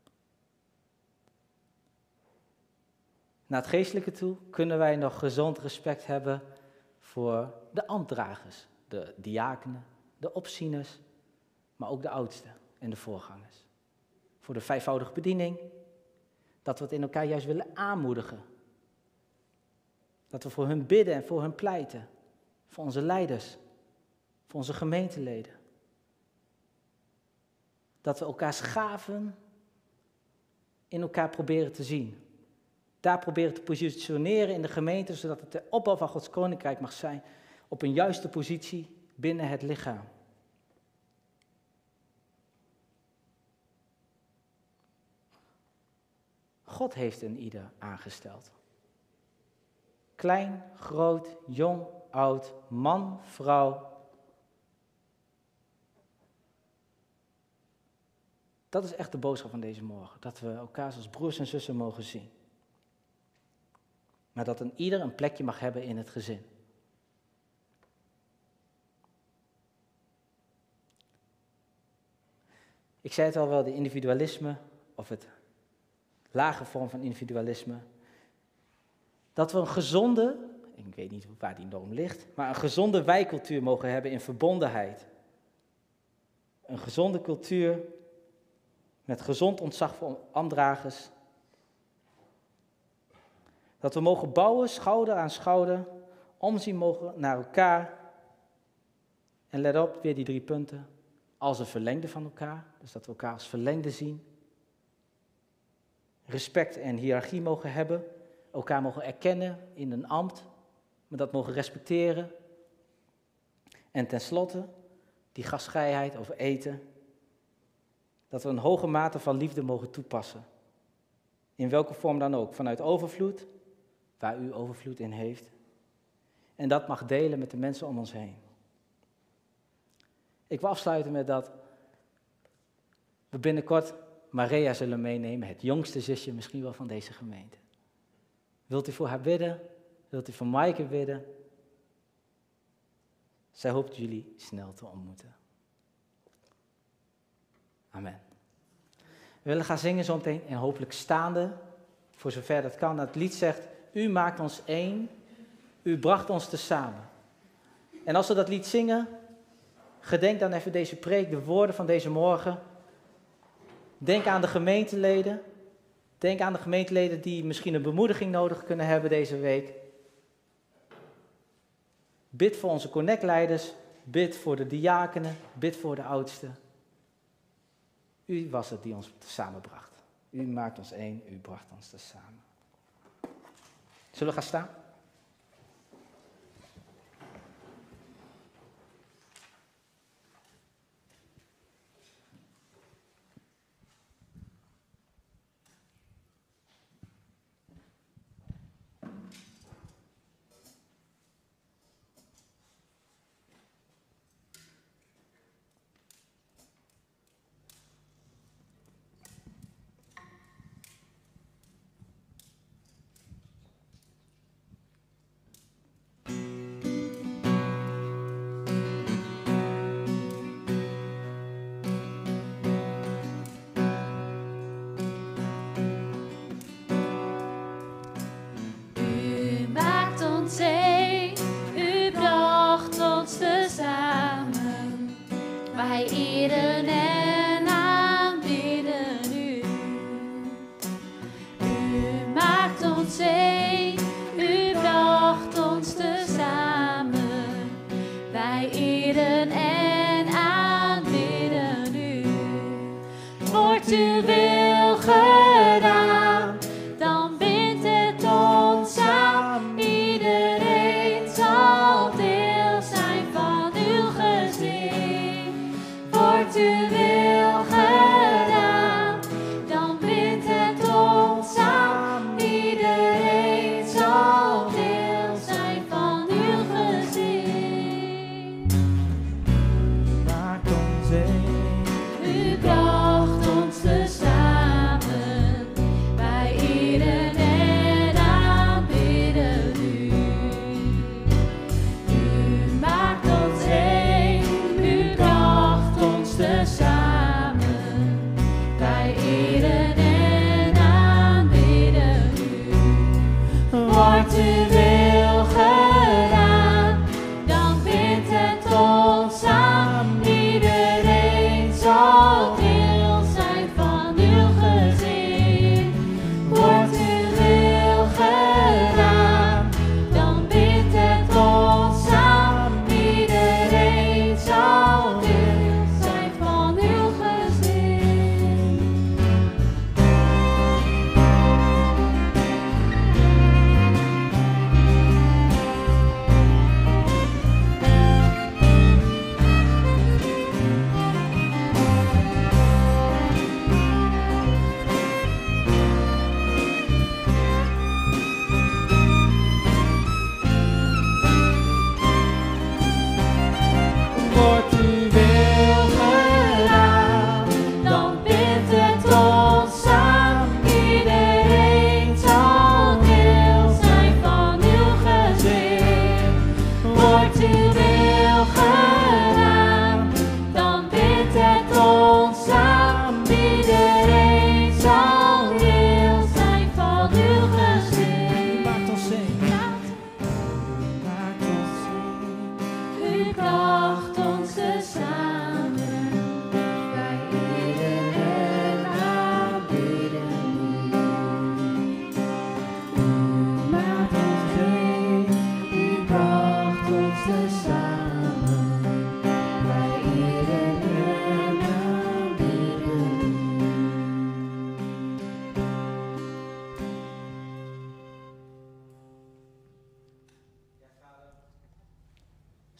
Naar het geestelijke toe kunnen wij nog gezond respect hebben voor de ambtdragers, de diakenen, de opzieners, maar ook de oudsten en de voorgangers. Voor de vijfvoudige bediening, dat we het in elkaar juist willen aanmoedigen. Dat we voor hun bidden en voor hun pleiten, voor onze leiders, voor onze gemeenteleden. Dat we elkaars gaven in elkaar proberen te zien. Daar proberen te positioneren in de gemeente, zodat het de opbouw van Gods koninkrijk mag zijn op een juiste positie binnen het lichaam. God heeft een ieder aangesteld. Klein, groot, jong, oud, man, vrouw. Dat is echt de boodschap van deze morgen. Dat we elkaar als broers en zussen mogen zien. Maar dat een ieder een plekje mag hebben in het gezin. Ik zei het al wel, de individualisme, of het lage vorm van individualisme. Dat we een gezonde Ik weet niet waar die norm ligt. Maar een gezonde wijkcultuur mogen hebben in verbondenheid. Een gezonde cultuur met gezond ontzag voor aandragers. Dat we mogen bouwen, schouder aan schouder, omzien mogen naar elkaar. En let op, weer die drie punten. Als een verlengde van elkaar, dus dat we elkaar als verlengde zien. Respect en hiërarchie mogen hebben. Elkaar mogen erkennen in een ambt, maar dat mogen respecteren. En tenslotte, die gastvrijheid over eten. Dat we een hoge mate van liefde mogen toepassen. In welke vorm dan ook. Vanuit overvloed, waar u overvloed in heeft. En dat mag delen met de mensen om ons heen. Ik wil afsluiten met dat we binnenkort Maria zullen meenemen. Het jongste zusje misschien wel van deze gemeente. Wilt u voor haar bidden? Wilt u voor Maaike bidden? Zij hoopt jullie snel te ontmoeten. Amen. We willen gaan zingen zo meteen en hopelijk staande, voor zover dat kan. Het lied zegt, u maakt ons één, u bracht ons tezamen. En als we dat lied zingen, gedenk dan even deze preek, de woorden van deze morgen. Denk aan de gemeenteleden. Denk aan de gemeenteleden die misschien een bemoediging nodig kunnen hebben deze week. Bid voor onze connectleiders, bid voor de diakenen, bid voor de oudsten. U was het die ons samenbracht. U maakt ons één, u bracht ons tezamen. Zullen we gaan staan?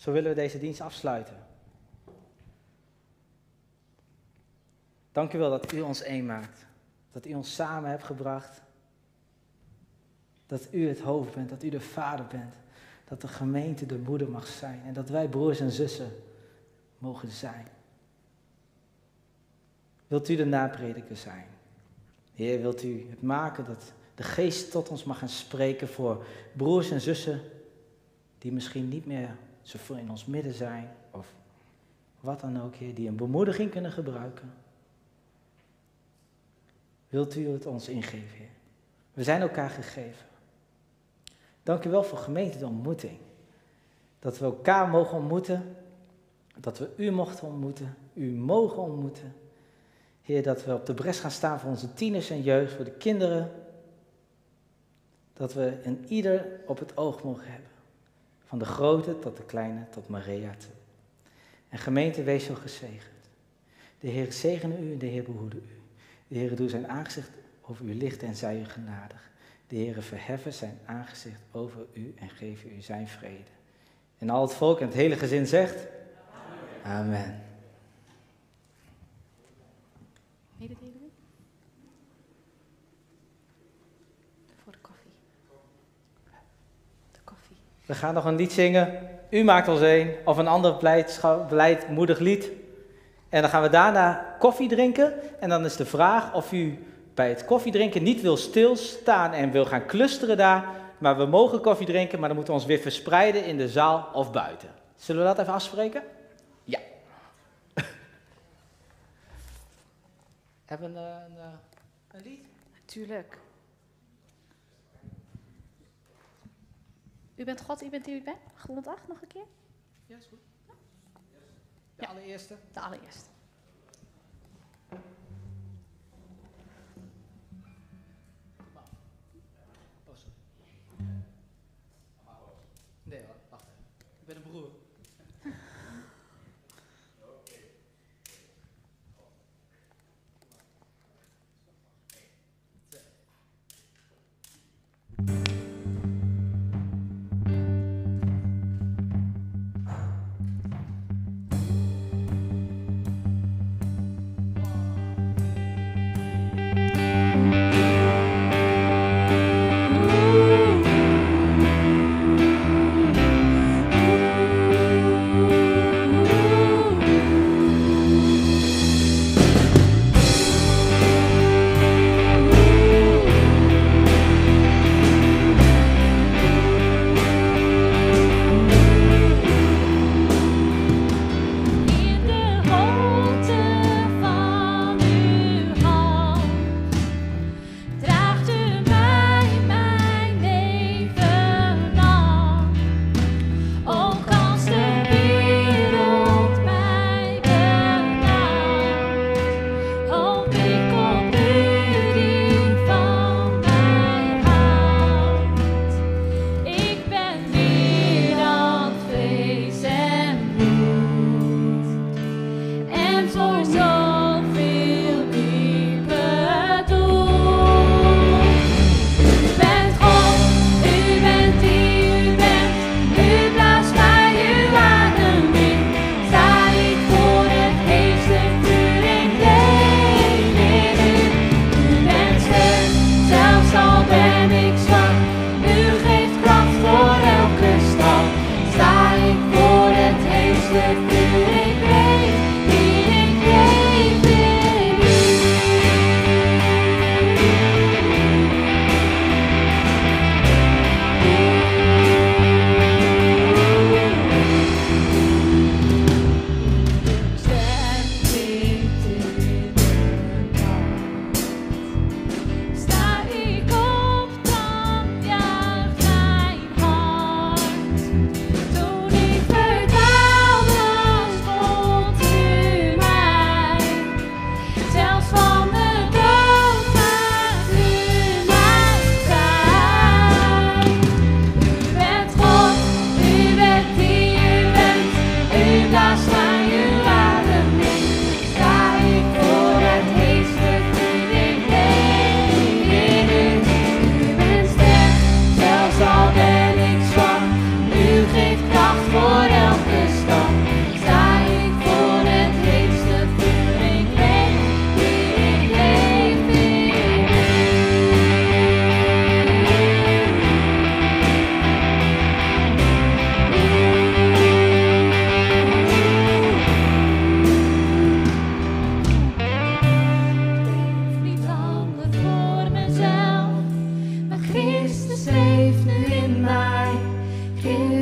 Zo willen we deze dienst afsluiten. Dank u wel dat u ons één maakt. Dat u ons samen hebt gebracht. Dat u het hoofd bent, dat u de vader bent. Dat de gemeente de moeder mag zijn. En dat wij broers en zussen mogen zijn. Wilt u de naprediker zijn? Heer, wilt u het maken dat de geest tot ons mag gaan spreken voor broers en zussen die misschien niet meer zo veel in ons midden zijn. Of wat dan ook, Heer, die een bemoediging kunnen gebruiken. Wilt u het ons ingeven, Heer? We zijn elkaar gegeven. Dank u wel voor gemeente de ontmoeting. Dat we elkaar mogen ontmoeten. Dat we u mochten ontmoeten. U mogen ontmoeten. Heer, dat we op de bres gaan staan voor onze tieners en jeugd, voor de kinderen. Dat we een ieder op het oog mogen hebben. Van de grote tot de kleine tot Maria toe. En gemeente, wees zo gezegend. De Heer zegene u en de Heer behoede u. De Heer doe zijn aangezicht over u lichten en zij u genadig. De Heer verheffen zijn aangezicht over u en geven u zijn vrede. En al het volk en het hele gezin zegt, Amen. Amen. Mededelen? Voor de koffie. De koffie. We gaan nog een lied zingen. U maakt ons één. Of een ander blijdschap- blijdmoedig lied. En dan gaan we daarna koffie drinken. En dan is de vraag of u bij het koffiedrinken niet wil stilstaan en wil gaan clusteren daar. Maar we mogen koffie drinken, maar dan moeten we ons weer verspreiden in de zaal of buiten. Zullen we dat even afspreken? Ja. Hebben we een, een, een lied? Natuurlijk. U bent God, u bent die u bent? honderd acht nog een keer? Ja, is goed. De Ja. allereerste. De allereerste. Oh, sorry. Nee hoor, wacht even. Ik ben een broer.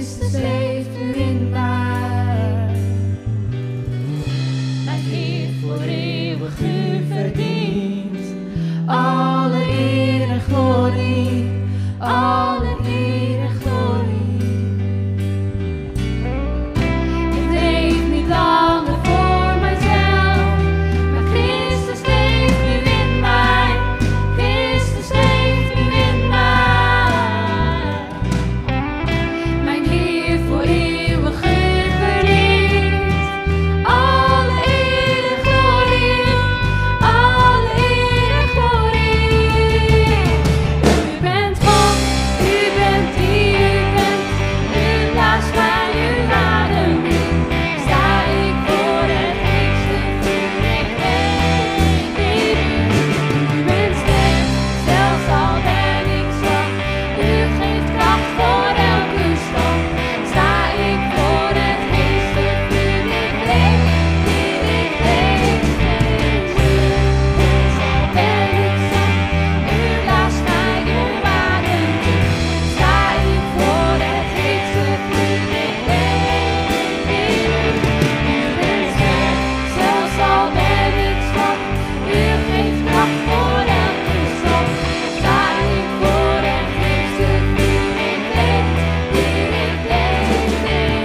Christus leeft nu in mij. Mijn Heer voor eeuwig u verdient alle eer en glorie, alle eer en glorie. Ik leef niet langer voor mijzelf, maar Christus leeft nu in mij. Christus leeft nu in mij. Mijn Heer voor eeuwig u verdient alle eer en glorie, alle eer en glorie. U bent God, u bent hier, u bent, u blaast mij uw adem in. Sta ik voor het heerste vuur, ik leef in u. U bent sterk, zelfs al ben ik zwak. U geeft kracht voor elke stap. Sta ik voor het heerste vuur, ik leef hier, ik leef in u. Zelfs al ben ik zwak, u blaast mij uw adem in. Sta ik voor het heerste vuur, ik leef in u. U bent sterk, zelfs al ben ik zwak. U geeft kracht voor elke stap. Sta ik voor het heerste vuur, ik leef hier, ik leef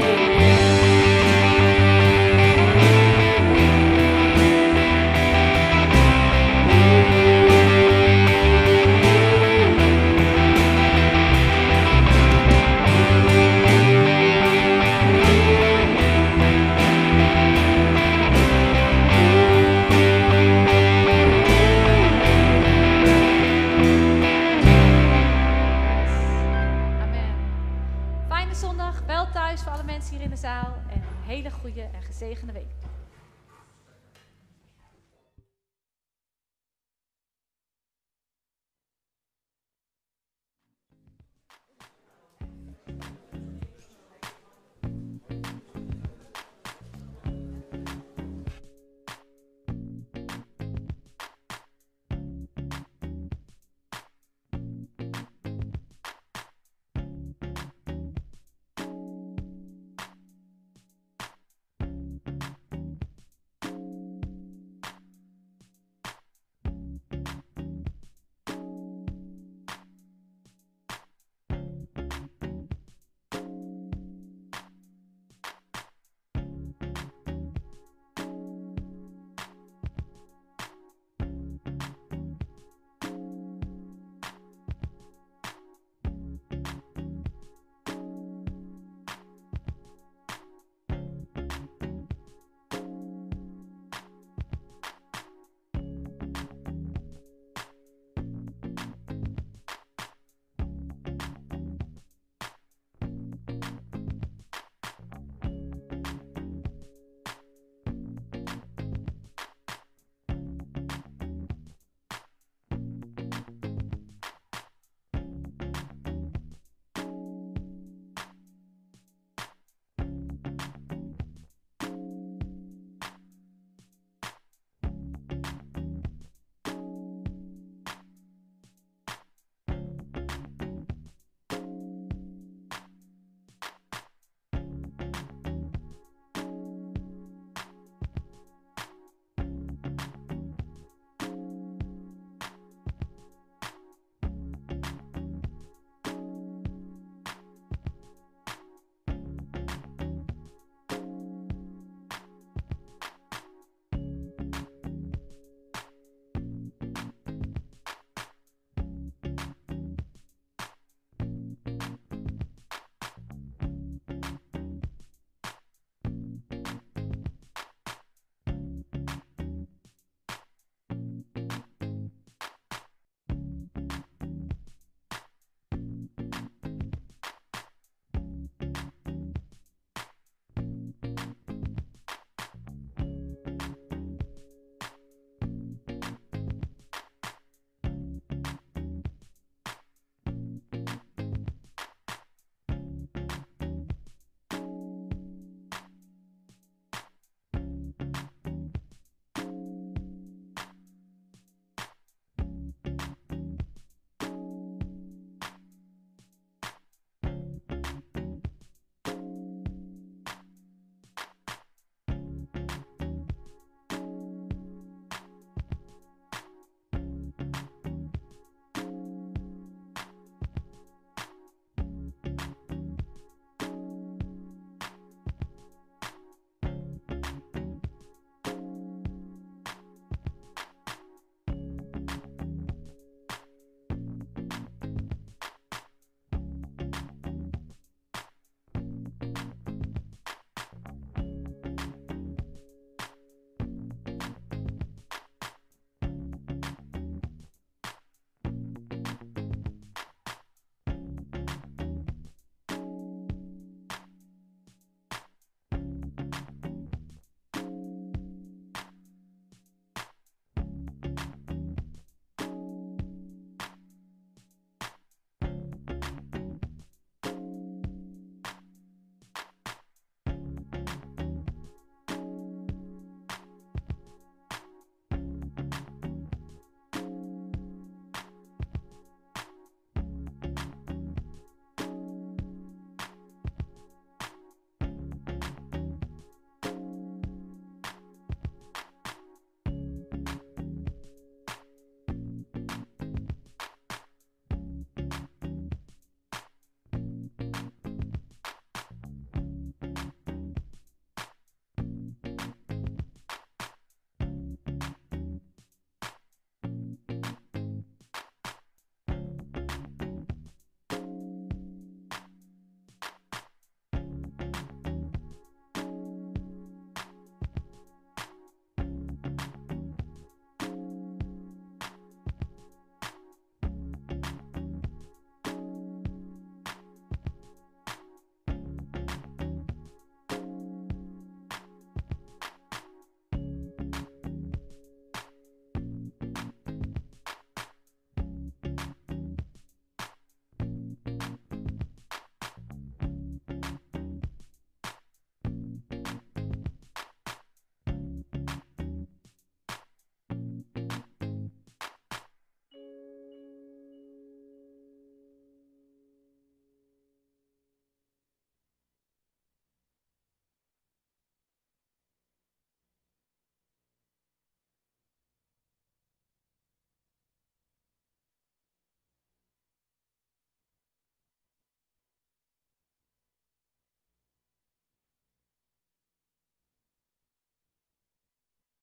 Amen. Fijne zondag, wel thuis voor alle mensen hier in de zaal en een hele goede en gezegende week.